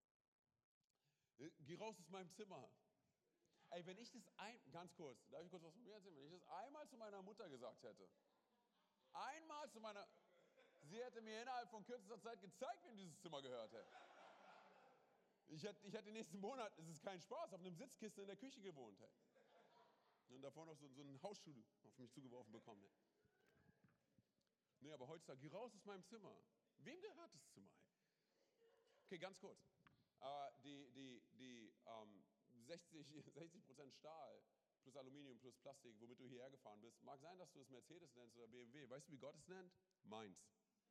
Geh raus aus meinem Zimmer. Ey, wenn ich das ein, ganz kurz, darf ich kurz was von mir erzählen? Wenn ich das einmal zu meiner Mutter gesagt hätte, einmal zu meiner, sie hätte mir innerhalb von kürzester Zeit gezeigt, wem dieses Zimmer gehörte. Ich hätte, ich hätte nächsten Monat, es ist kein Spaß, auf einem Sitzkissen in der Küche gewohnt. Hey. Und davor noch so, so einen Hausschuh auf mich zugeworfen bekommen. Hey. Nee, aber heutzutage, geh raus aus meinem Zimmer. Wem gehört das Zimmer? Hey? Okay, ganz kurz. Uh, die die, die um, sechzig Prozent Stahl plus Aluminium plus Plastik, womit du hierher gefahren bist, mag sein, dass du es Mercedes nennst oder B M W. Weißt du, wie Gott es nennt? Meins.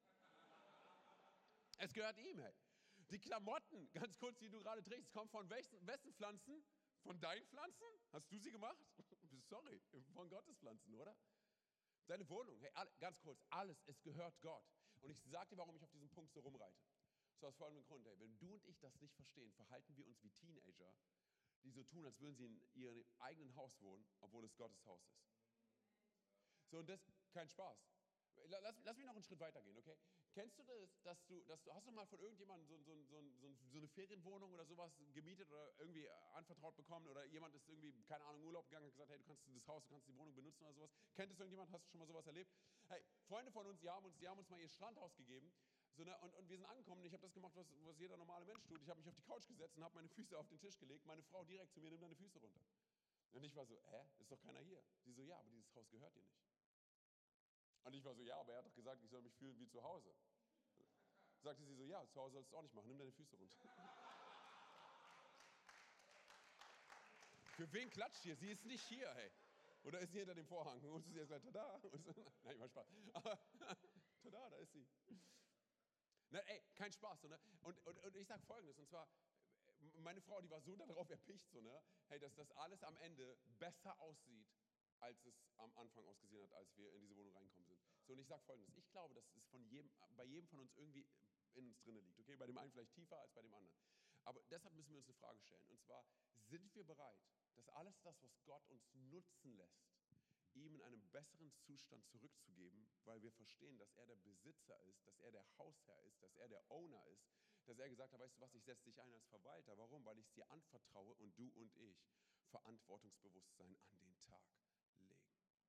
Es gehört ihm, hey. Die Klamotten, ganz kurz, die du gerade trägst, kommen von wessen, wessen Pflanzen? Von deinen Pflanzen? Hast du sie gemacht? Sorry, von Gottes Pflanzen, oder? Deine Wohnung, hey, alle, ganz kurz, alles, es gehört Gott. Und ich sage dir, warum ich auf diesem Punkt so rumreite. So aus folgendem Grund, hey, wenn du und ich das nicht verstehen, verhalten wir uns wie Teenager, die so tun, als würden sie in ihrem eigenen Haus wohnen, obwohl es Gottes Haus ist. So, und das, kein Spaß. Lass, lass mich noch einen Schritt weitergehen, okay? Kennst du das, dass du, dass du, hast du mal von irgendjemandem so, so, so, so, so eine Ferienwohnung oder sowas gemietet oder irgendwie anvertraut bekommen oder jemand ist irgendwie, keine Ahnung, Urlaub gegangen und gesagt, hey, du kannst das Haus, du kannst die Wohnung benutzen oder sowas. Kennt es irgendjemand? Hast du schon mal sowas erlebt? Hey, Freunde von uns, die haben uns, die haben uns mal ihr Strandhaus gegeben. So, ne, und, und wir sind angekommen und ich habe das gemacht, was, was jeder normale Mensch tut. Ich habe mich auf die Couch gesetzt und habe meine Füße auf den Tisch gelegt. Meine Frau direkt zu mir, nimm deine Füße runter. Und ich war so, hä, ist doch keiner hier. Sie so, ja, aber dieses Haus gehört dir nicht. Und ich war so, ja, aber er hat doch gesagt, ich soll mich fühlen wie zu Hause. Sagte sie so, ja, zu Hause sollst du es auch nicht machen, nimm deine Füße runter. Für wen klatscht hier? Sie ist nicht hier, hey. Oder ist sie hinter dem Vorhang? Und sie ist gleich, tada. Nein, mal Spaß. Aber, tada, da ist sie. Na, ey, kein Spaß. So, ne? und, und, und ich sage Folgendes, und zwar, meine Frau, die war so darauf erpicht, so, ne? Hey, dass das alles am Ende besser aussieht, als es am Anfang ausgesehen hat, als wir in diese Wohnung reinkommen sind. So, und ich sage Folgendes, ich glaube, dass es von jedem, bei jedem von uns irgendwie in uns drin liegt, okay? Bei dem einen vielleicht tiefer als bei dem anderen. Aber deshalb müssen wir uns eine Frage stellen, und zwar, sind wir bereit, dass alles das, was Gott uns nutzen lässt, ihm in einem besseren Zustand zurückzugeben, weil wir verstehen, dass er der Besitzer ist, dass er der Hausherr ist, dass er der Owner ist, dass er gesagt hat, weißt du was, ich setze dich ein als Verwalter. Warum? Weil ich es dir anvertraue und du und ich Verantwortungsbewusstsein an den Tag legen.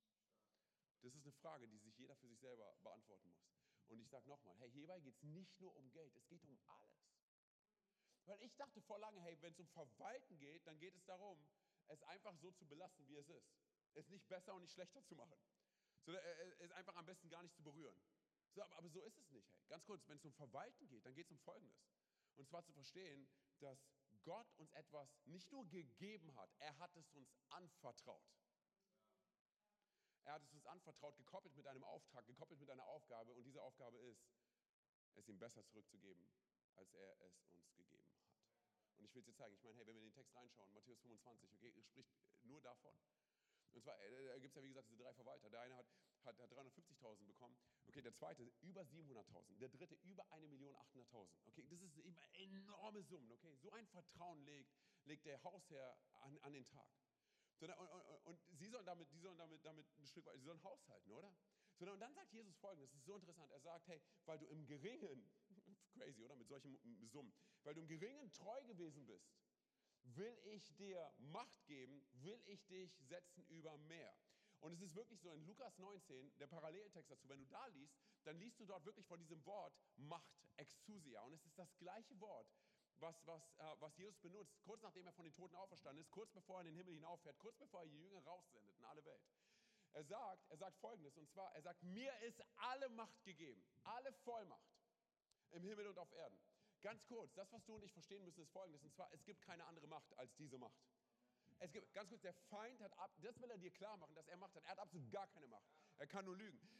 Das ist eine Frage, die sich jeder für sich selber beantworten muss. Und ich sage nochmal, hey, hierbei geht es nicht nur um Geld, es geht um alles. Weil ich dachte vor lange, hey, wenn es um Verwalten geht, dann geht es darum, es einfach so zu belassen, wie es ist. Es nicht besser und nicht schlechter zu machen. So, es einfach am besten gar nicht zu berühren. So, aber, aber so ist es nicht. Hey. Ganz kurz, wenn es um Verwalten geht, dann geht es um Folgendes. Und zwar zu verstehen, dass Gott uns etwas nicht nur gegeben hat, er hat es uns anvertraut. Er hat es uns anvertraut, gekoppelt mit einem Auftrag, gekoppelt mit einer Aufgabe. Und diese Aufgabe ist, es ihm besser zurückzugeben, als er es uns gegeben hat. Und ich will es dir zeigen. Ich meine, hey, wenn wir in den Text reinschauen, Matthäus fünfundzwanzig, okay, spricht nur davon. Und zwar, da gibt es ja wie gesagt diese drei Verwalter. Der eine hat, hat, hat dreihundertfünfzigtausend bekommen. Okay, der zweite über siebenhunderttausend. Der dritte über eine Million achthunderttausend. Okay, das ist eben enorme Summen. Okay, so ein Vertrauen legt, legt der Hausherr an, an den Tag. Und, und, und sie sollen damit, die sollen damit, damit ein Stück weit, sie sollen haushalten, oder? Und dann sagt Jesus Folgendes, das ist so interessant. Er sagt, hey, weil du im Geringen, crazy, oder? Mit solchen Summen, weil du im Geringen treu gewesen bist, will ich dir Macht geben, will ich dich setzen über mehr. Und es ist wirklich so, in Lukas neunzehn, der Paralleltext dazu, wenn du da liest, dann liest du dort wirklich von diesem Wort Macht, Exousia. Und es ist das gleiche Wort, was, was, äh, was Jesus benutzt, kurz nachdem er von den Toten auferstanden ist, kurz bevor er in den Himmel hinauffährt, kurz bevor er die Jünger raussendet in alle Welt. Er sagt, er sagt Folgendes, und zwar, er sagt, mir ist alle Macht gegeben, alle Vollmacht im Himmel und auf Erden. Ganz kurz, das, was du und ich verstehen müssen, ist Folgendes, und zwar, es gibt keine andere Macht als diese Macht. Es gibt, ganz kurz, der Feind hat, ab, das will er dir klar machen, dass er Macht hat. Er hat absolut gar keine Macht. Er kann nur lügen.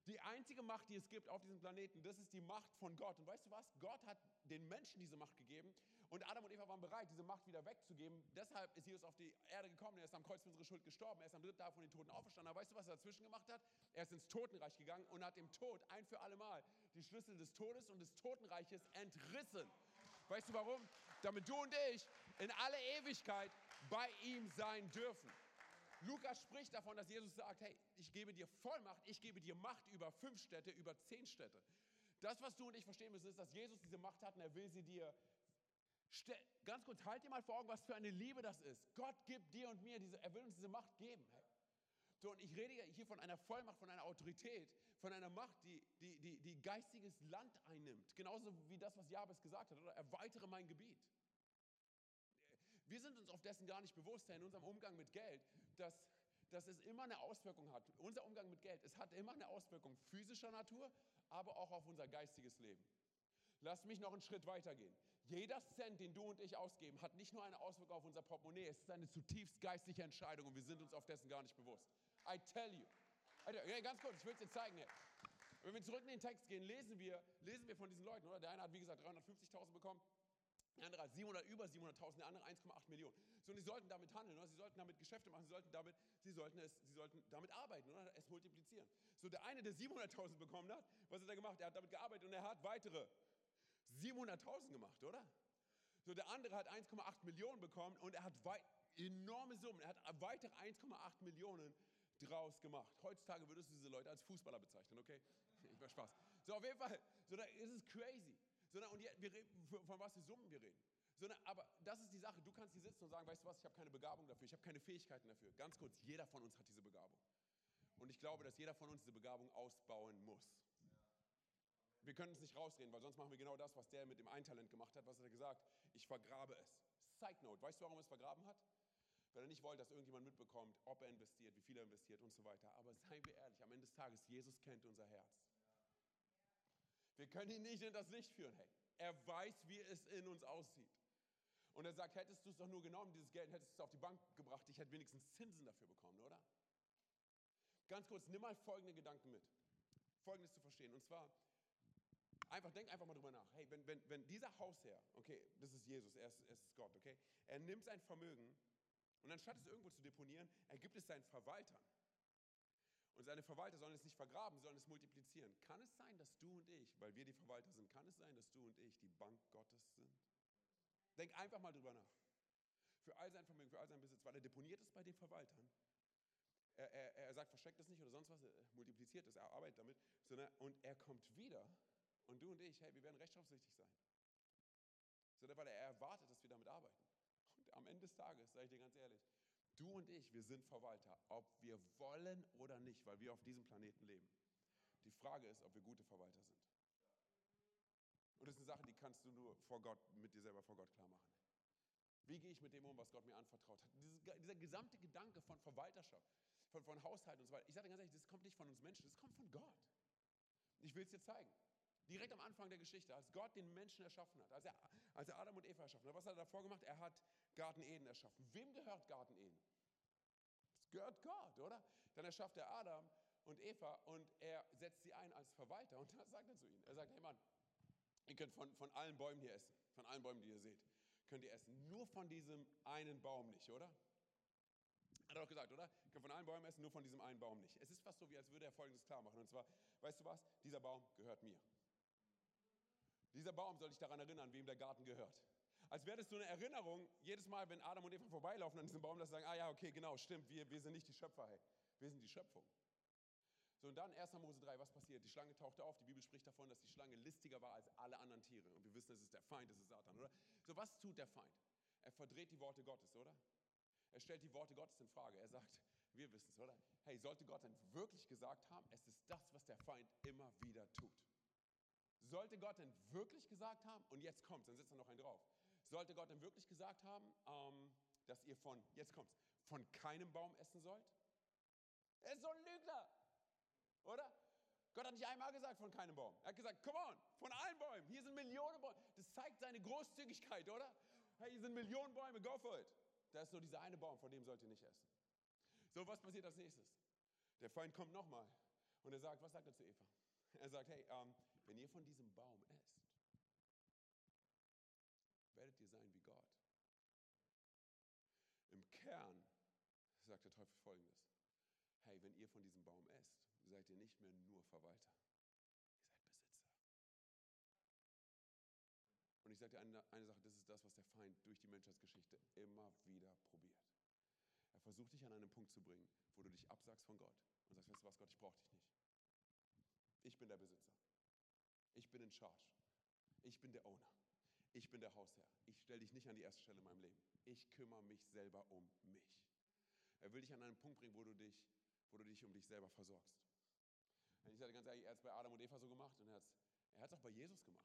Die einzige Macht, die es gibt auf diesem Planeten, das ist die Macht von Gott. Und weißt du was? Gott hat den Menschen diese Macht gegeben und Adam und Eva waren bereit, diese Macht wieder wegzugeben. Deshalb ist Jesus auf die Erde gekommen, er ist am Kreuz für unsere Schuld gestorben, er ist am dritten Tag von den Toten auferstanden. Aber weißt du, was er dazwischen gemacht hat? Er ist ins Totenreich gegangen und hat dem Tod ein für alle Mal die Schlüssel des Todes und des Totenreiches entrissen. Weißt du warum? Damit du und ich in alle Ewigkeit bei ihm sein dürfen. Lukas spricht davon, dass Jesus sagt, hey, ich gebe dir Vollmacht, ich gebe dir Macht über fünf Städte, über zehn Städte. Das, was du und ich verstehen müssen, ist, dass Jesus diese Macht hat und er will sie dir. Ste- Ganz kurz, halt dir mal vor Augen, was für eine Liebe das ist. Gott gibt dir und mir diese, er will uns diese Macht geben. Hey. So, und ich rede hier von einer Vollmacht, von einer Autorität, von einer Macht, die, die, die, die geistiges Land einnimmt. Genauso wie das, was Jabes gesagt hat, oder? Erweitere mein Gebiet. Wir sind uns auf dessen gar nicht bewusst, in unserem Umgang mit Geld, dass, dass es immer eine Auswirkung hat. Unser Umgang mit Geld, es hat immer eine Auswirkung physischer Natur, aber auch auf unser geistiges Leben. Lass mich noch einen Schritt weitergehen. Jeder Cent, den du und ich ausgeben, hat nicht nur eine Auswirkung auf unser Portemonnaie, es ist eine zutiefst geistliche Entscheidung und wir sind uns auf dessen gar nicht bewusst. I tell you. Also, ja, ganz kurz, ich will es dir zeigen. Hier. Wenn wir zurück in den Text gehen, lesen wir, lesen wir von diesen Leuten, oder? Der eine hat, wie gesagt, dreihundertfünfzigtausend bekommen. Der andere hat siebenhundert, über siebenhunderttausend, der andere eins Komma acht Millionen. So, und sie sollten damit handeln, oder? Sie sollten damit Geschäfte machen, sie sollten damit, sie sollten es, sie sollten damit arbeiten, oder? Es multiplizieren. So, der eine, der siebenhunderttausend bekommen hat, was hat er gemacht? Er hat damit gearbeitet und er hat weitere siebenhunderttausend gemacht, oder? So, der andere hat eins Komma acht Millionen bekommen und er hat weit, enorme Summen, er hat weitere eins Komma acht Millionen draus gemacht. Heutzutage würdest du diese Leute als Fußballer bezeichnen, okay? Ich mach Spaß. So, auf jeden Fall, so, da ist es crazy. Sondern, und wir reden, von was für Summen wir reden. Sondern, aber das ist die Sache, du kannst hier sitzen und sagen, weißt du was, ich habe keine Begabung dafür, ich habe keine Fähigkeiten dafür. Ganz kurz, jeder von uns hat diese Begabung. Und ich glaube, dass jeder von uns diese Begabung ausbauen muss. Wir können es nicht rausreden, weil sonst machen wir genau das, was der mit dem einen Talent gemacht hat. Was hat er gesagt? Ich vergrabe es. Side Note, weißt du, warum er es vergraben hat? Weil er nicht wollte, dass irgendjemand mitbekommt, ob er investiert, wie viel er investiert und so weiter. Aber seien wir ehrlich, am Ende des Tages, Jesus kennt unser Herz. Wir können ihn nicht in das Licht führen, hey. Er weiß, wie es in uns aussieht. Und er sagt, hättest du es doch nur genommen, dieses Geld, hättest du es auf die Bank gebracht, ich hätte wenigstens Zinsen dafür bekommen, oder? Ganz kurz, nimm mal folgende Gedanken mit. Folgendes zu verstehen, und zwar, einfach, denk einfach mal drüber nach. Hey, wenn, wenn, wenn dieser Hausherr, okay, das ist Jesus, er ist, er ist Gott, okay, er nimmt sein Vermögen und anstatt es irgendwo zu deponieren, er gibt es seinen Verwaltern. Und seine Verwalter sollen es nicht vergraben, sollen es multiplizieren. Kann es sein, dass du und ich, weil wir die Verwalter sind, kann es sein, dass du und ich die Bank Gottes sind? Denk einfach mal drüber nach. Für all sein Vermögen, für all sein Besitz, weil er deponiert es bei den Verwaltern. Er, er, er sagt, versteckt es nicht oder sonst was, er multipliziert es, er arbeitet damit. Sondern, und er kommt wieder und du und ich, hey, wir werden rechtsaufsichtig sein. Sondern, weil er erwartet, dass wir damit arbeiten. Und am Ende des Tages, sage ich dir ganz ehrlich, du und ich, wir sind Verwalter, ob wir wollen oder nicht, weil wir auf diesem Planeten leben. Die Frage ist, ob wir gute Verwalter sind. Und das ist eine Sache, die kannst du nur vor Gott, mit dir selber vor Gott klar machen. Wie gehe ich mit dem um, was Gott mir anvertraut hat? Diese, dieser gesamte Gedanke von Verwalterschaft, von, von Haushalt und so weiter, ich sage dir ganz ehrlich, das kommt nicht von uns Menschen, das kommt von Gott. Ich will es dir zeigen. Direkt am Anfang der Geschichte, als Gott den Menschen erschaffen hat, als er, als er Adam und Eva erschaffen hat, was hat er davor gemacht? Er hat Garten Eden erschaffen. Wem gehört Garten Eden? Es gehört Gott, oder? Dann erschafft er Adam und Eva und er setzt sie ein als Verwalter. Und das sagt er zu ihnen. Er sagt, hey Mann, ihr könnt von, von allen Bäumen hier essen, von allen Bäumen, die ihr seht, könnt ihr essen. Nur von diesem einen Baum nicht, oder? Hat er doch gesagt, oder? Ihr könnt von allen Bäumen essen, nur von diesem einen Baum nicht. Es ist fast so, wie als würde er Folgendes klar machen. Und zwar, weißt du was? Dieser Baum gehört mir. Dieser Baum soll dich daran erinnern, wem der Garten gehört. Als wäre das so eine Erinnerung, jedes Mal, wenn Adam und Eva vorbeilaufen an diesem Baum, dass sie sagen, ah ja, okay, genau, stimmt, wir, wir sind nicht die Schöpfer, hey. Wir sind die Schöpfung. So, und dann erster Mose drei, was passiert? Die Schlange tauchte auf, die Bibel spricht davon, dass die Schlange listiger war als alle anderen Tiere. Und wir wissen, es ist der Feind, es ist Satan, oder? So, was tut der Feind? Er verdreht die Worte Gottes, oder? Er stellt die Worte Gottes in Frage. Er sagt, wir wissen es, oder? Hey, sollte Gott denn wirklich gesagt haben, es ist das, was der Feind immer wieder tut? Sollte Gott denn wirklich gesagt haben, und jetzt kommt's, dann sitzt da noch ein drauf. Sollte Gott denn wirklich gesagt haben, ähm, dass ihr von, jetzt kommt's, von keinem Baum essen sollt? Er ist so ein Lügner, oder? Gott hat nicht einmal gesagt, von keinem Baum. Er hat gesagt, come on, von allen Bäumen. Hier sind Millionen Bäume. Das zeigt seine Großzügigkeit, oder? Hey, hier sind Millionen Bäume, go for it. Da ist nur dieser eine Baum, von dem sollt ihr nicht essen. So, was passiert als nächstes? Der Feind kommt nochmal Und er sagt, was sagt er zu Eva? Er sagt, hey, ähm, wenn ihr von diesem Baum esst, werdet ihr sein wie Gott. Im Kern sagt der Teufel Folgendes. Hey, wenn ihr von diesem Baum esst, seid ihr nicht mehr nur Verwalter. Ihr seid Besitzer. Und ich sage dir eine, eine Sache, das ist das, was der Feind durch die Menschheitsgeschichte immer wieder probiert. Er versucht dich an einen Punkt zu bringen, wo du dich absagst von Gott und sagst, weißt du was, Gott, ich brauche dich nicht. Ich bin der Besitzer. Ich bin in charge. Ich bin der Owner. Ich bin der Hausherr. Ich stelle dich nicht an die erste Stelle in meinem Leben. Ich kümmere mich selber um mich. Er will dich an einen Punkt bringen, wo du dich, wo du dich um dich selber versorgst. Und ich sage ganz ehrlich, er hat es bei Adam und Eva so gemacht und er hat es er auch bei Jesus gemacht.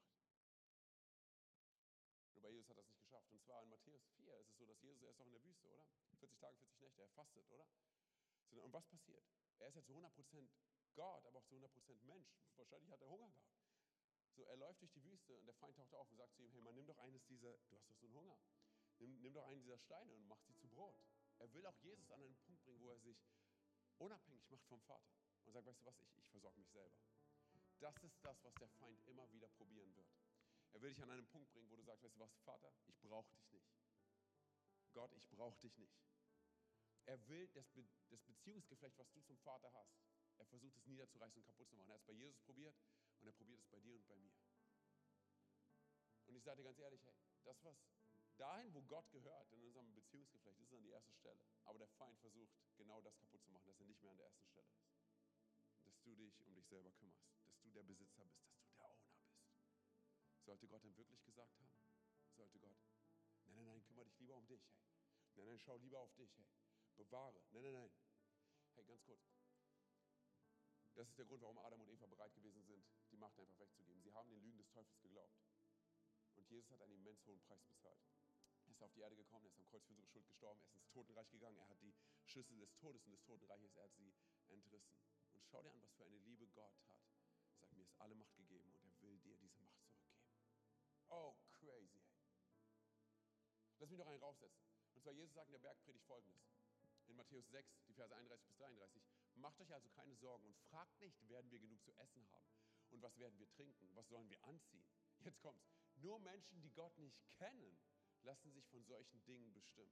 Nur bei Jesus hat er es nicht geschafft. Und zwar in Matthäus vier ist es so, dass Jesus, er ist doch in der Wüste, oder? vierzig Tage, vierzig Nächte, er fastet, oder? Und was passiert? Er ist ja zu hundert Prozent Gott, aber auch zu hundert Prozent Mensch. Wahrscheinlich hat er Hunger gehabt. So, er läuft durch die Wüste und der Feind taucht auf und sagt zu ihm, hey Mann, nimm doch eines dieser, du hast doch so einen Hunger, nimm, nimm doch einen dieser Steine und mach sie zu Brot. Er will auch Jesus an einen Punkt bringen, wo er sich unabhängig macht vom Vater und sagt, weißt du was, ich, ich versorge mich selber. Das ist das, was der Feind immer wieder probieren wird. Er will dich an einen Punkt bringen, wo du sagst, weißt du was, Vater, ich brauche dich nicht. Gott, ich brauche dich nicht. Er will das, Be- das Beziehungsgeflecht, was du zum Vater hast, er versucht es niederzureißen und kaputt zu machen. Er hat es bei Jesus probiert und er probiert es bei dir und bei mir. Und ich sage dir ganz ehrlich, hey, das was dahin, wo Gott gehört, in unserem Beziehungsgeflecht, ist es an die erste Stelle. Aber der Feind versucht genau das kaputt zu machen, dass er nicht mehr an der ersten Stelle ist. Dass du dich um dich selber kümmerst, dass du der Besitzer bist, dass du der Owner bist. Sollte Gott denn wirklich gesagt haben? Sollte Gott, nein, nein, nein, kümmere dich lieber um dich, hey. Nein, nein, schau lieber auf dich, hey. Bewahre, nein, nein, nein. Hey, ganz kurz. Das ist der Grund, warum Adam und Eva bereit gewesen sind, die Macht einfach wegzugeben. Sie haben den Lügen des Teufels geglaubt. Und Jesus hat einen immens hohen Preis bezahlt. Er ist auf die Erde gekommen, er ist am Kreuz für unsere Schuld gestorben, er ist ins Totenreich gegangen, er hat die Schlüssel des Todes und des Totenreiches, er hat sie entrissen. Und schau dir an, was für eine Liebe Gott hat. Er sagt, mir ist alle Macht gegeben und er will dir diese Macht zurückgeben. Oh, crazy, hey. Lass mich noch einen raufsetzen. Und zwar, Jesus sagt in der Bergpredigt Folgendes. In Matthäus sechs, die Verse einunddreißig bis dreiunddreißig. Macht euch also keine Sorgen und fragt nicht, werden wir genug zu essen haben? Und was werden wir trinken? Was sollen wir anziehen? Jetzt kommt's. Nur Menschen, die Gott nicht kennen, lassen sich von solchen Dingen bestimmen.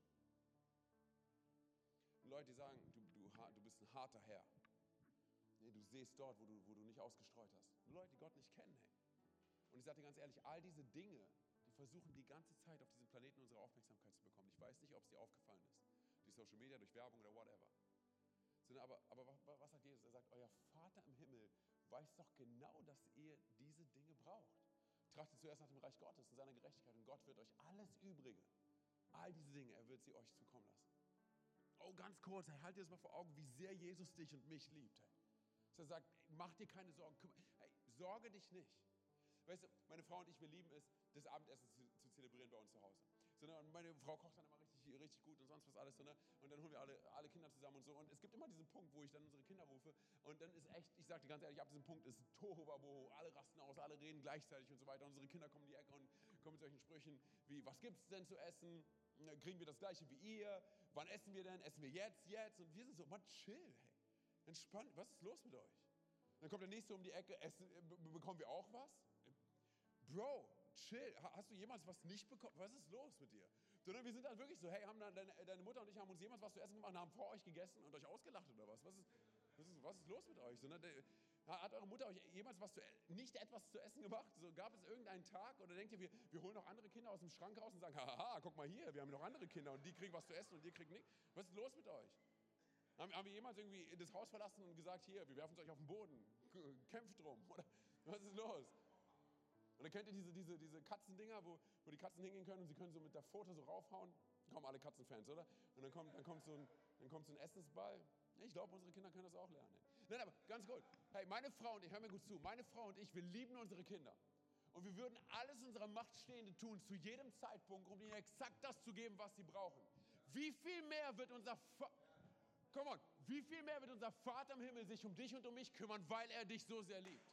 Und Leute, die sagen, du, du, du bist ein harter Herr. Nee, du siehst dort, wo du, wo du nicht ausgestreut hast. Nur Leute, die Gott nicht kennen, hey. Und ich sage dir ganz ehrlich, all diese Dinge, die versuchen die ganze Zeit auf diesem Planeten unsere Aufmerksamkeit zu bekommen. Ich weiß nicht, ob es dir aufgefallen ist. Durch Social Media, durch Werbung oder whatever. Aber, aber was sagt Jesus? Er sagt, euer Vater im Himmel weiß doch genau, dass ihr diese Dinge braucht. Trachtet zuerst nach dem Reich Gottes und seiner Gerechtigkeit und Gott wird euch alles Übrige, all diese Dinge, er wird sie euch zukommen lassen. Oh, ganz kurz, hey, halt dir das mal vor Augen, wie sehr Jesus dich und mich liebt. Hey. Dass er sagt, mach dir keine Sorgen, hey, sorge dich nicht. Weißt du, meine Frau und ich, wir lieben es, das Abendessen zu, zu zelebrieren bei uns zu Hause. So, ne, und meine Frau kocht dann immer richtig, richtig gut und sonst was alles. So, ne, und dann holen wir alle, alle Kinder zusammen und so. Und es gibt immer diesen Punkt, wo ich dann unsere Kinder rufe. Und dann ist echt, ich sage dir ganz ehrlich, ab diesem Punkt ist Tohuwabohu. Alle rasten aus, alle reden gleichzeitig und so weiter. Und unsere Kinder kommen in die Ecke und kommen mit solchen Sprüchen wie, was gibt es denn zu essen? Kriegen wir das Gleiche wie ihr? Wann essen wir denn? Essen wir jetzt, jetzt? Und wir sind so, man, chill, hey. Entspannt, was ist los mit euch? Dann kommt der Nächste um die Ecke, essen, bekommen wir auch was? Bro, chill, hast du jemals was nicht bekommen? Was ist los mit dir? Sondern wir sind dann wirklich so, hey, haben dann deine, deine Mutter und ich haben uns jemals was zu essen gemacht und haben vor euch gegessen und euch ausgelacht oder was? Was ist, was ist, was ist los mit euch? Sondern, hat eure Mutter euch jemals was zu, nicht etwas zu essen gemacht? So, gab es irgendeinen Tag oder denkt ihr, wir, wir holen noch andere Kinder aus dem Schrank raus und sagen, haha, guck mal hier, wir haben noch andere Kinder und die kriegen was zu essen und ihr kriegt nichts? Was ist los mit euch? Haben, haben wir jemals irgendwie das Haus verlassen und gesagt, hier, wir werfen es euch auf den Boden, kämpft drum, oder was ist los? Und dann kennt ihr diese, diese, diese Katzendinger, wo, wo die Katzen hingehen können und sie können so mit der Pfote so raufhauen. Kommen alle Katzenfans, oder? Und dann kommt, dann kommt, so, ein, dann kommt so ein Essensball. Ich glaube, unsere Kinder können das auch lernen. Nein, aber ganz gut. Hey, meine Frau und ich, hör mir gut zu, meine Frau und ich, wir lieben unsere Kinder. Und wir würden alles in unserer Macht Stehende tun, zu jedem Zeitpunkt, um ihnen exakt das zu geben, was sie brauchen. Wie viel mehr wird unser Va- Come on, wie viel mehr wird unser Vater im Himmel sich um dich und um mich kümmern, weil er dich so sehr liebt?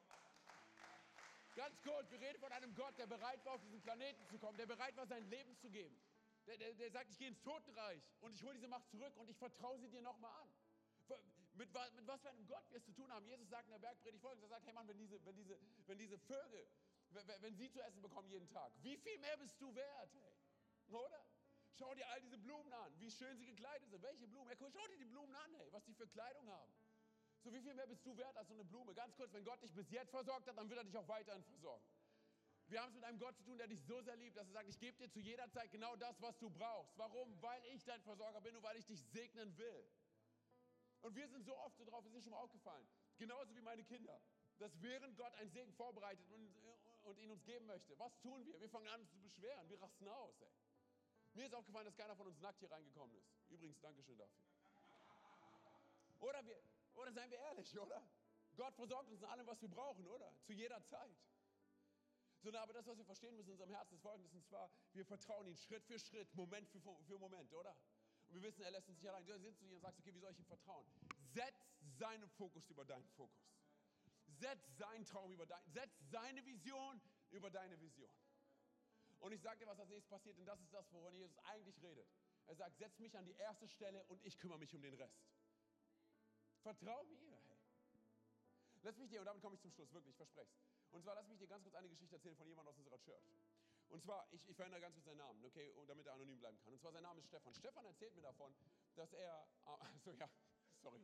Ganz kurz, wir reden von einem Gott, der bereit war, auf diesen Planeten zu kommen, der bereit war, sein Leben zu geben. Der, der, der sagt, ich gehe ins Totenreich und ich hole diese Macht zurück und ich vertraue sie dir nochmal an. Mit, mit was für einem Gott wir es zu tun haben. Jesus sagt in der Bergpredigt Folgendes, er sagt, hey Mann, wenn diese, wenn diese, wenn diese Vögel, wenn, wenn sie zu essen bekommen jeden Tag, wie viel mehr bist du wert, hey? Oder? Schau dir all diese Blumen an, wie schön sie gekleidet sind. Welche Blumen? Ja, schau dir die Blumen an, hey, was die für Kleidung haben. So, wie viel mehr bist du wert als so eine Blume? Ganz kurz, wenn Gott dich bis jetzt versorgt hat, dann wird er dich auch weiterhin versorgen. Wir haben es mit einem Gott zu tun, der dich so sehr liebt, dass er sagt, ich gebe dir zu jeder Zeit genau das, was du brauchst. Warum? Weil ich dein Versorger bin und weil ich dich segnen will. Und wir sind so oft so drauf, es ist schon mal aufgefallen, genauso wie meine Kinder, dass während Gott einen Segen vorbereitet und, und ihn uns geben möchte, was tun wir? Wir fangen an uns zu beschweren, wir rasten aus. Ey. Mir ist aufgefallen, dass keiner von uns nackt hier reingekommen ist. Übrigens, Dankeschön dafür. Oder, wir, oder seien wir ehrlich, oder? Gott versorgt uns in allem, was wir brauchen, oder? Zu jeder Zeit. Sondern aber das, was wir verstehen müssen in unserem Herzen, ist Folgendes, und zwar, wir vertrauen ihm Schritt für Schritt, Moment für, für Moment, oder? Und wir wissen, er lässt uns nicht allein. Du sitzt hier und sagst, okay, wie soll ich ihm vertrauen? Setz seinen Fokus über deinen Fokus. Setz seinen Traum über deinen, setz seine Vision über deine Vision. Und ich sage dir, was als nächstes passiert, denn das ist das, woran Jesus eigentlich redet. Er sagt, setz mich an die erste Stelle und ich kümmere mich um den Rest. Vertrau mir, hey. Lass mich dir, und damit komme ich zum Schluss, wirklich, ich verspreche es. Und zwar lass mich dir ganz kurz eine Geschichte erzählen von jemandem aus unserer Church. Und zwar, ich, ich verändere ganz kurz seinen Namen, okay, und damit er anonym bleiben kann. Und zwar, sein Name ist Stefan. Stefan erzählt mir davon, dass er, also ja, sorry.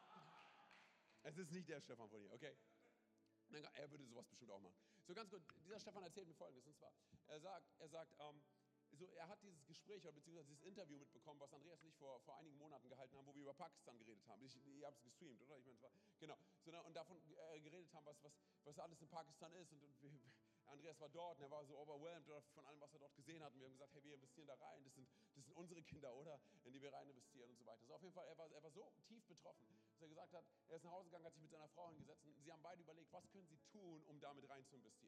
Es ist nicht der Stefan von hier, okay. Er würde sowas bestimmt auch machen. So ganz gut, dieser Stefan erzählt mir Folgendes, und zwar, er sagt, er sagt, ähm, so, er hat dieses Gespräch, oder beziehungsweise dieses Interview mitbekommen, was Andreas und ich vor, vor einigen Monaten gehalten haben, wo wir über Pakistan geredet haben. Ich, ihr habt es gestreamt, oder? Ich meine, es war, genau. So, und davon äh, geredet haben, was, was, was alles in Pakistan ist. Und, und wir, Andreas war dort und er war so overwhelmed von allem, was er dort gesehen hat. Und wir haben gesagt, hey, wir investieren da rein. Das sind, das sind unsere Kinder, oder? In die wir rein investieren und so weiter. So, auf jeden Fall, er war, er war so tief betroffen, dass er gesagt hat, er ist nach Hause gegangen, hat sich mit seiner Frau hingesetzt und sie haben beide überlegt, was können sie tun, um damit rein zu investieren.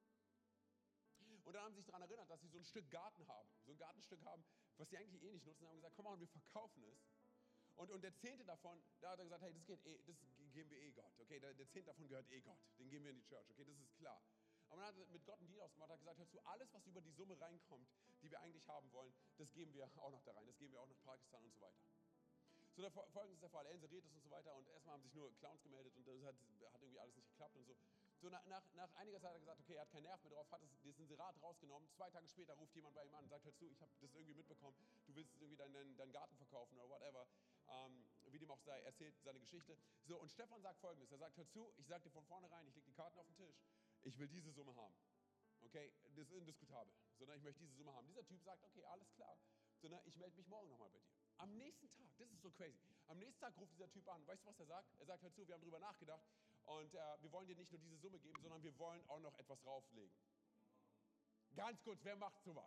Und dann haben sie sich daran erinnert, dass sie so ein Stück Garten haben, so ein Gartenstück haben, was sie eigentlich eh nicht nutzen. Und haben gesagt, komm mal, wir verkaufen es. Und, und der Zehnte davon, da hat er gesagt, hey, das, geht eh, das geben wir eh Gott. Okay, der, der Zehnte davon gehört eh Gott. Den geben wir in die Church. Okay, das ist klar. Aber dann hat er mit Gott einen Deal ausgemacht, hat gesagt, hör zu, alles, was über die Summe reinkommt, die wir eigentlich haben wollen, das geben wir auch noch da rein. Das geben wir auch nach Pakistan und so weiter. So, der Folgendes ist der Fall. Er inseriert das und so weiter. Und erstmal haben sich nur Clowns gemeldet und das hat, hat irgendwie alles nicht geklappt und so. So, nach, nach, nach einiger Zeit hat er gesagt, okay, er hat keinen Nerv mehr drauf, hat das, das Inserat rausgenommen. Zwei Tage später ruft jemand bei ihm an und sagt, hör zu, ich habe das irgendwie mitbekommen, du willst irgendwie deinen, deinen, deinen Garten verkaufen oder whatever. Ähm, wie dem auch sei, erzählt seine Geschichte. So, und Stefan sagt Folgendes, er sagt, hör zu, ich sage dir von vornherein, ich lege die Karten auf den Tisch, ich will diese Summe haben. Okay, das ist indiskutabel, sondern ich möchte diese Summe haben. Dieser Typ sagt, okay, alles klar, sondern ich melde mich morgen nochmal bei dir. Am nächsten Tag, das ist so crazy, am nächsten Tag ruft dieser Typ an. Weißt du, was er sagt? Er sagt, hör zu, wir haben drüber nachgedacht und äh, wir wollen dir nicht nur diese Summe geben, sondern wir wollen auch noch etwas drauflegen. Ganz kurz, wer macht sowas?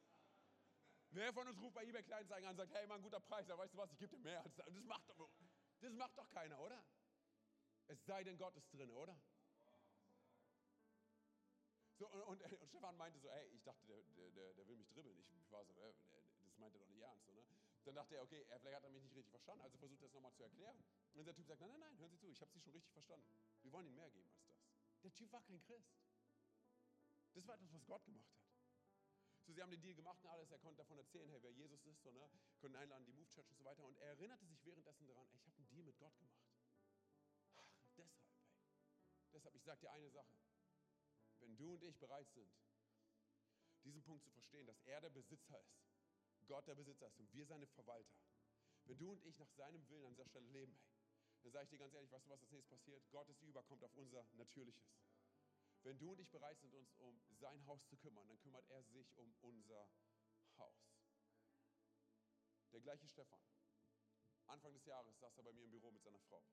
Wer von uns ruft bei eBay Kleinanzeigen an und sagt, hey, Mann, guter Preis, aber weißt du was, ich gebe dir mehr als das. Das macht doch, das macht doch keiner, oder? Es sei denn, Gott ist drin, oder? So, und, und, und Stefan meinte so, hey, ich dachte, der, der, der will mich dribbeln. Ich war so, äh, das meint er doch nicht ernst. So, ne? Dann dachte er, okay, er, vielleicht hat er mich nicht richtig verstanden, also versucht er es nochmal zu erklären. Und der Typ sagt, nein, nein, nein, hören Sie zu, ich habe Sie schon richtig verstanden. Wir wollen Ihnen mehr geben als das. Der Typ war kein Christ. Das war etwas, was Gott gemacht hat. So, sie haben den Deal gemacht und alles, er konnte davon erzählen, hey, wer Jesus ist, so, ne? Konnten einladen, die Move Church und so weiter. Und er erinnerte sich währenddessen daran, ey, ich habe einen Deal mit Gott gemacht. Ach, deshalb, hey. Deshalb, ich sage dir eine Sache. Wenn du und ich bereit sind, diesen Punkt zu verstehen, dass er der Besitzer ist, Gott der Besitzer ist und wir seine Verwalter. Wenn du und ich nach seinem Willen an dieser Stelle leben, hey, dann sage ich dir ganz ehrlich, weißt du, was als nächstes passiert? Gottes Über kommt auf unser Natürliches. Wenn du und ich bereit sind, uns um sein Haus zu kümmern, dann kümmert er sich um unser Haus. Der gleiche Stefan. Anfang des Jahres saß er bei mir im Büro mit seiner Frau.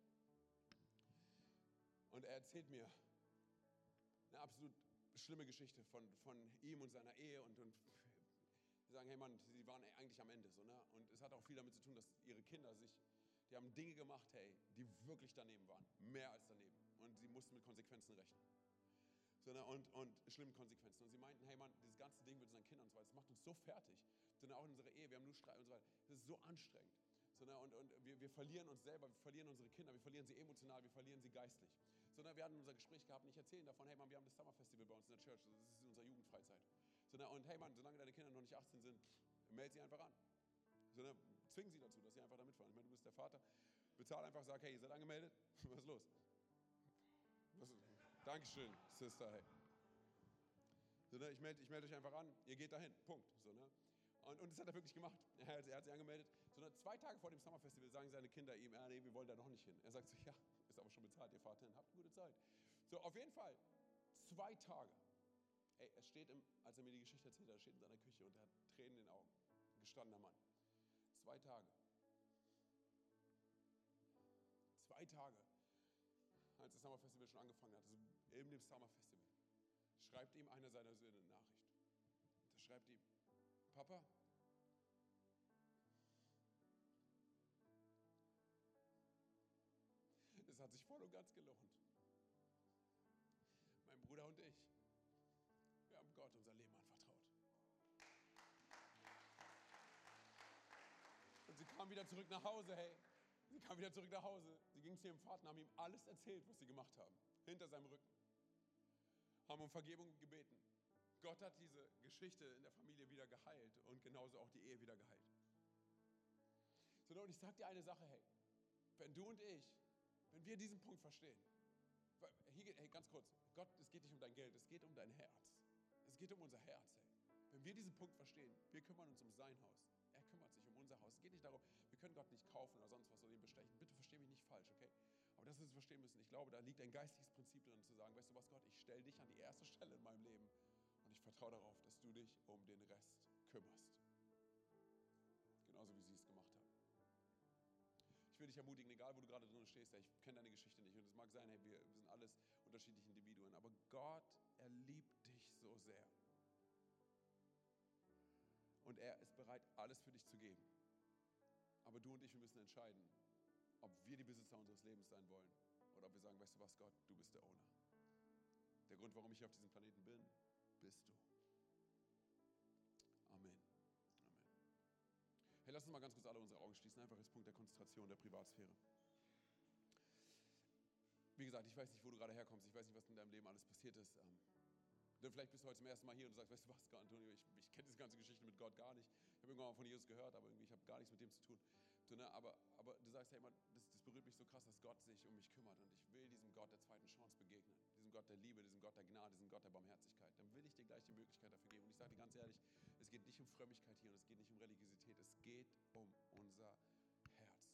Und er erzählt mir eine absolut schlimme Geschichte von, von ihm und seiner Ehe. Und, und sie sagen, hey Mann, sie waren eigentlich am Ende. So, ne? Und es hat auch viel damit zu tun, dass ihre Kinder sich, die haben Dinge gemacht, hey, die wirklich daneben waren. Mehr als daneben. Und sie mussten mit Konsequenzen rechnen. So, ne? und, und schlimmen Konsequenzen. Und sie meinten, hey Mann, dieses ganze Ding mit unseren Kindern und so weiter, das macht uns so fertig. So, ne? Auch in unserer Ehe, wir haben nur Streit und so weiter. Das ist so anstrengend. So, ne? Und, und wir, wir verlieren uns selber, wir verlieren unsere Kinder, wir verlieren sie emotional, wir verlieren sie geistlich. So, ne? Wir hatten unser Gespräch gehabt und ich erzähle davon, hey Mann, wir haben das Summer Festival bei uns in der Church, das ist unsere Jugendfreizeit. So, ne? Und hey Mann, solange deine Kinder noch nicht achtzehn sind, pff, meld sie einfach an. So, ne? Zwingen sie dazu, dass sie einfach da mitfahren. Ich meine, du bist der Vater. Bezahl einfach, sag, hey, ihr seid angemeldet? Was ist los? Was ist, Dankeschön, Sister, hey. So, ne, ich melde ich meld euch einfach an, ihr geht dahin, Punkt. So, ne? Und, und das hat er wirklich gemacht. Er hat, er hat sich angemeldet. So, ne, zwei Tage vor dem Summer Festival sagen seine Kinder ihm, ah, nee, wir wollen da noch nicht hin. Er sagt so, ja, ist aber schon bezahlt, ihr fahrt hin, habt eine gute Zeit. So, auf jeden Fall, zwei Tage. Ey, es steht, im, als er mir die Geschichte erzählt hat, er steht in seiner Küche und er hat Tränen in den Augen. Gestandener Mann. Zwei Tage. Zwei Tage, als das Summer Festival schon angefangen hat, also in dem Summer Festival, schreibt ihm einer seiner Söhne eine Nachricht. Der schreibt ihm, Papa, es hat sich voll und ganz gelohnt. Mein Bruder und ich, wir haben Gott unser Leben anvertraut. Und sie kamen wieder zurück nach Hause, hey. Sie kamen wieder zurück nach Hause. Sie gingen zu ihrem Vater und haben ihm alles erzählt, was sie gemacht haben. Hinter seinem Rücken. Haben um Vergebung gebeten. Gott hat diese Geschichte in der Familie wieder geheilt und genauso auch die Ehe wieder geheilt. So, und ich sage dir eine Sache, hey. Wenn du und ich, wenn wir diesen Punkt verstehen, hier geht, hey, ganz kurz, Gott, es geht nicht um dein Geld, es geht um dein Herz. Es geht um unser Herz, hey. Wenn wir diesen Punkt verstehen, wir kümmern uns um sein Haus. Er kümmert sich um unser Haus. Es geht nicht darum, wir können Gott nicht kaufen oder sonst was oder ihn bestechen. Bitte versteh mich nicht falsch, okay? Aber das ist, was wir verstehen müssen. Ich glaube, da liegt ein geistliches Prinzip drin, zu sagen, weißt du was, Gott, ich stelle dich an die erste Stelle in meinem Leben und ich vertraue darauf, dass du dich um den Rest kümmerst. Genauso wie sie es gemacht haben. Ich will dich ermutigen, egal wo du gerade drin stehst, ich kenne deine Geschichte nicht und es mag sein, hey, wir sind alles unterschiedliche Individuen, aber Gott, er liebt dich so sehr. Und er ist bereit, alles für dich zu geben. Aber du und ich, wir müssen entscheiden, ob wir die Besitzer unseres Lebens sein wollen oder ob wir sagen, weißt du was, Gott, du bist der Owner. Der Grund, warum ich hier auf diesem Planeten bin, bist du. Amen. Amen. Hey, lass uns mal ganz kurz alle unsere Augen schließen, einfach als Punkt der Konzentration, der Privatsphäre. Wie gesagt, ich weiß nicht, wo du gerade herkommst, ich weiß nicht, was in deinem Leben alles passiert ist. Denn vielleicht bist du heute zum ersten Mal hier und du sagst, weißt du was, Antonio, ich, ich kenne diese ganze Geschichte mit Gott gar nicht. Ich habe irgendwann mal von Jesus gehört, aber irgendwie, ich habe gar nichts mit dem zu tun. So, ne? aber, aber du sagst, hey, man, das, das berührt mich so krass, dass Gott sich um mich kümmert und ich will diesem Gott der zweiten Chance begegnen. Diesem Gott der Liebe, diesem Gott der Gnade, diesem Gott der Barmherzigkeit. Dann will ich dir gleich die Möglichkeit dafür geben. Und ich sage dir ganz ehrlich, es geht nicht um Frömmigkeit hier und es geht nicht um Religiosität, es geht um unser Herz.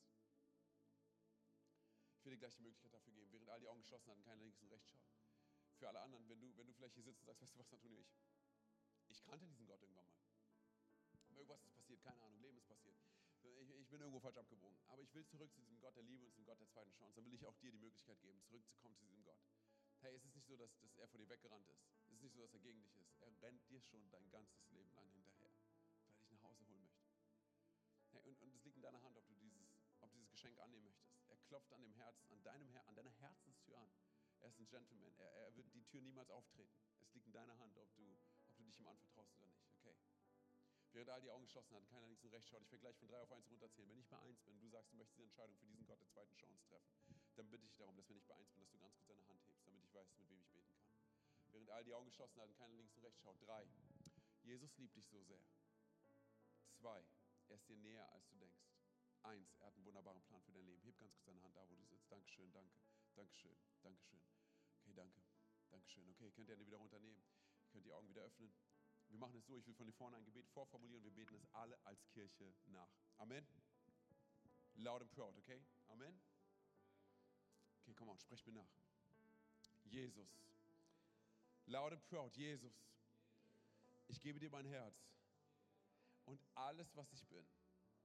Ich will dir gleich die Möglichkeit dafür geben, während all die Augen geschlossen hatten, keiner links und rechts schaut. Für alle anderen, wenn du, wenn du vielleicht hier sitzt und sagst, weißt du was, Antonio, ich, ich kannte diesen Gott irgendwann mal. Irgendwas ist passiert, keine Ahnung, Leben ist passiert. Ich, ich bin irgendwo falsch abgebogen. Aber ich will zurück zu diesem Gott der Liebe und zu diesem Gott der zweiten Chance. Dann will ich auch dir die Möglichkeit geben, zurückzukommen zu diesem Gott. Hey, es ist nicht so, dass, dass er vor dir weggerannt ist. Es ist nicht so, dass er gegen dich ist. Er rennt dir schon dein ganzes Leben lang hinterher, weil er dich nach Hause holen möchte. Hey, und, und es liegt in deiner Hand, ob du dieses, ob du dieses Geschenk annehmen möchtest. Er klopft an dem Herzen, an deinem Her- an deiner Herzenstür an. Er ist ein Gentleman. Er, er wird die Tür niemals auftreten. Es liegt in deiner Hand, ob du, ob du dich ihm anvertraust oder nicht. Okay. Während all die Augen geschlossen hatten, keiner links und rechts schaut, ich werde gleich von drei auf eins runterzählen. Wenn ich bei eins bin, du sagst, du möchtest diese Entscheidung für diesen Gott der zweiten Chance treffen, dann bitte ich darum, dass wenn ich bei eins bin, dass du ganz kurz deine Hand hebst, damit ich weiß, mit wem ich beten kann. Während all die Augen geschlossen hatten, keiner links und rechts schaut. Drei. Jesus liebt dich so sehr. Zwei. Er ist dir näher, als du denkst. Eins. Er hat einen wunderbaren Plan für dein Leben. Heb ganz kurz deine Hand da, wo du sitzt. Dankeschön, danke. Dankeschön, Dankeschön. Okay, danke. Dankeschön. Okay, könnt ihr Hände wieder runternehmen. Ihr könnt die Augen wieder öffnen. Wir machen es so, ich will von hier vorne ein Gebet vorformulieren und wir beten es alle als Kirche nach. Amen. Loud and proud, okay? Amen. Okay, komm on, sprech mir nach. Jesus. Loud and proud, Jesus. Ich gebe dir mein Herz und alles, was ich bin.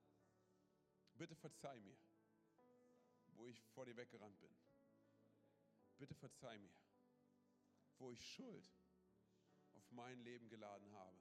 Bitte verzeih mir, wo ich vor dir weggerannt bin. Bitte verzeih mir, wo ich Schuld auf mein Leben geladen habe.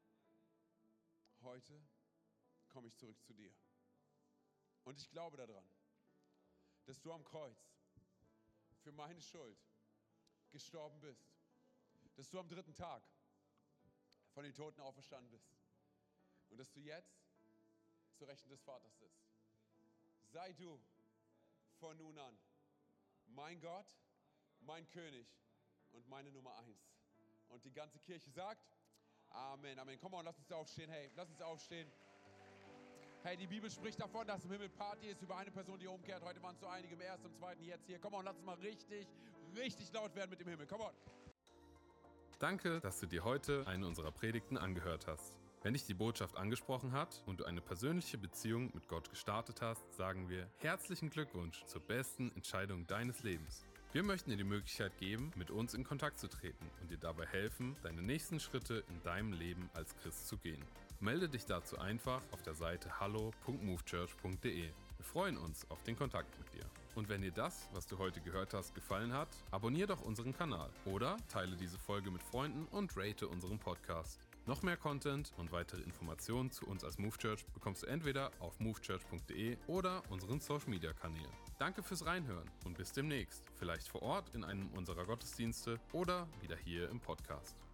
Heute komme ich zurück zu dir. Und ich glaube daran, dass du am Kreuz für meine Schuld gestorben bist. Dass du am dritten Tag von den Toten auferstanden bist. Und dass du jetzt zur Rechten des Vaters sitzt. Sei du von nun an mein Gott, mein König und meine Nummer eins. Und die ganze Kirche sagt, Amen, Amen. Komm on, lass uns aufstehen, hey, lass uns aufstehen. Hey, die Bibel spricht davon, dass im Himmel Party ist über eine Person, die umkehrt. Heute waren es so einige, im ersten, im zweiten, jetzt hier. Komm on, lass uns mal richtig, richtig laut werden mit dem Himmel. Komm on. Danke, dass du dir heute eine unserer Predigten angehört hast. Wenn dich die Botschaft angesprochen hat und du eine persönliche Beziehung mit Gott gestartet hast, sagen wir herzlichen Glückwunsch zur besten Entscheidung deines Lebens. Wir möchten dir die Möglichkeit geben, mit uns in Kontakt zu treten und dir dabei helfen, deine nächsten Schritte in deinem Leben als Christ zu gehen. Melde dich dazu einfach auf der Seite hallo punkt movechurch punkt de. Wir freuen uns auf den Kontakt mit dir. Und wenn dir das, was du heute gehört hast, gefallen hat, abonniere doch unseren Kanal oder teile diese Folge mit Freunden und rate unseren Podcast. Noch mehr Content und weitere Informationen zu uns als MoveChurch bekommst du entweder auf movechurch punkt de oder unseren Social-Media-Kanälen. Danke fürs Reinhören und bis demnächst, vielleicht vor Ort in einem unserer Gottesdienste oder wieder hier im Podcast.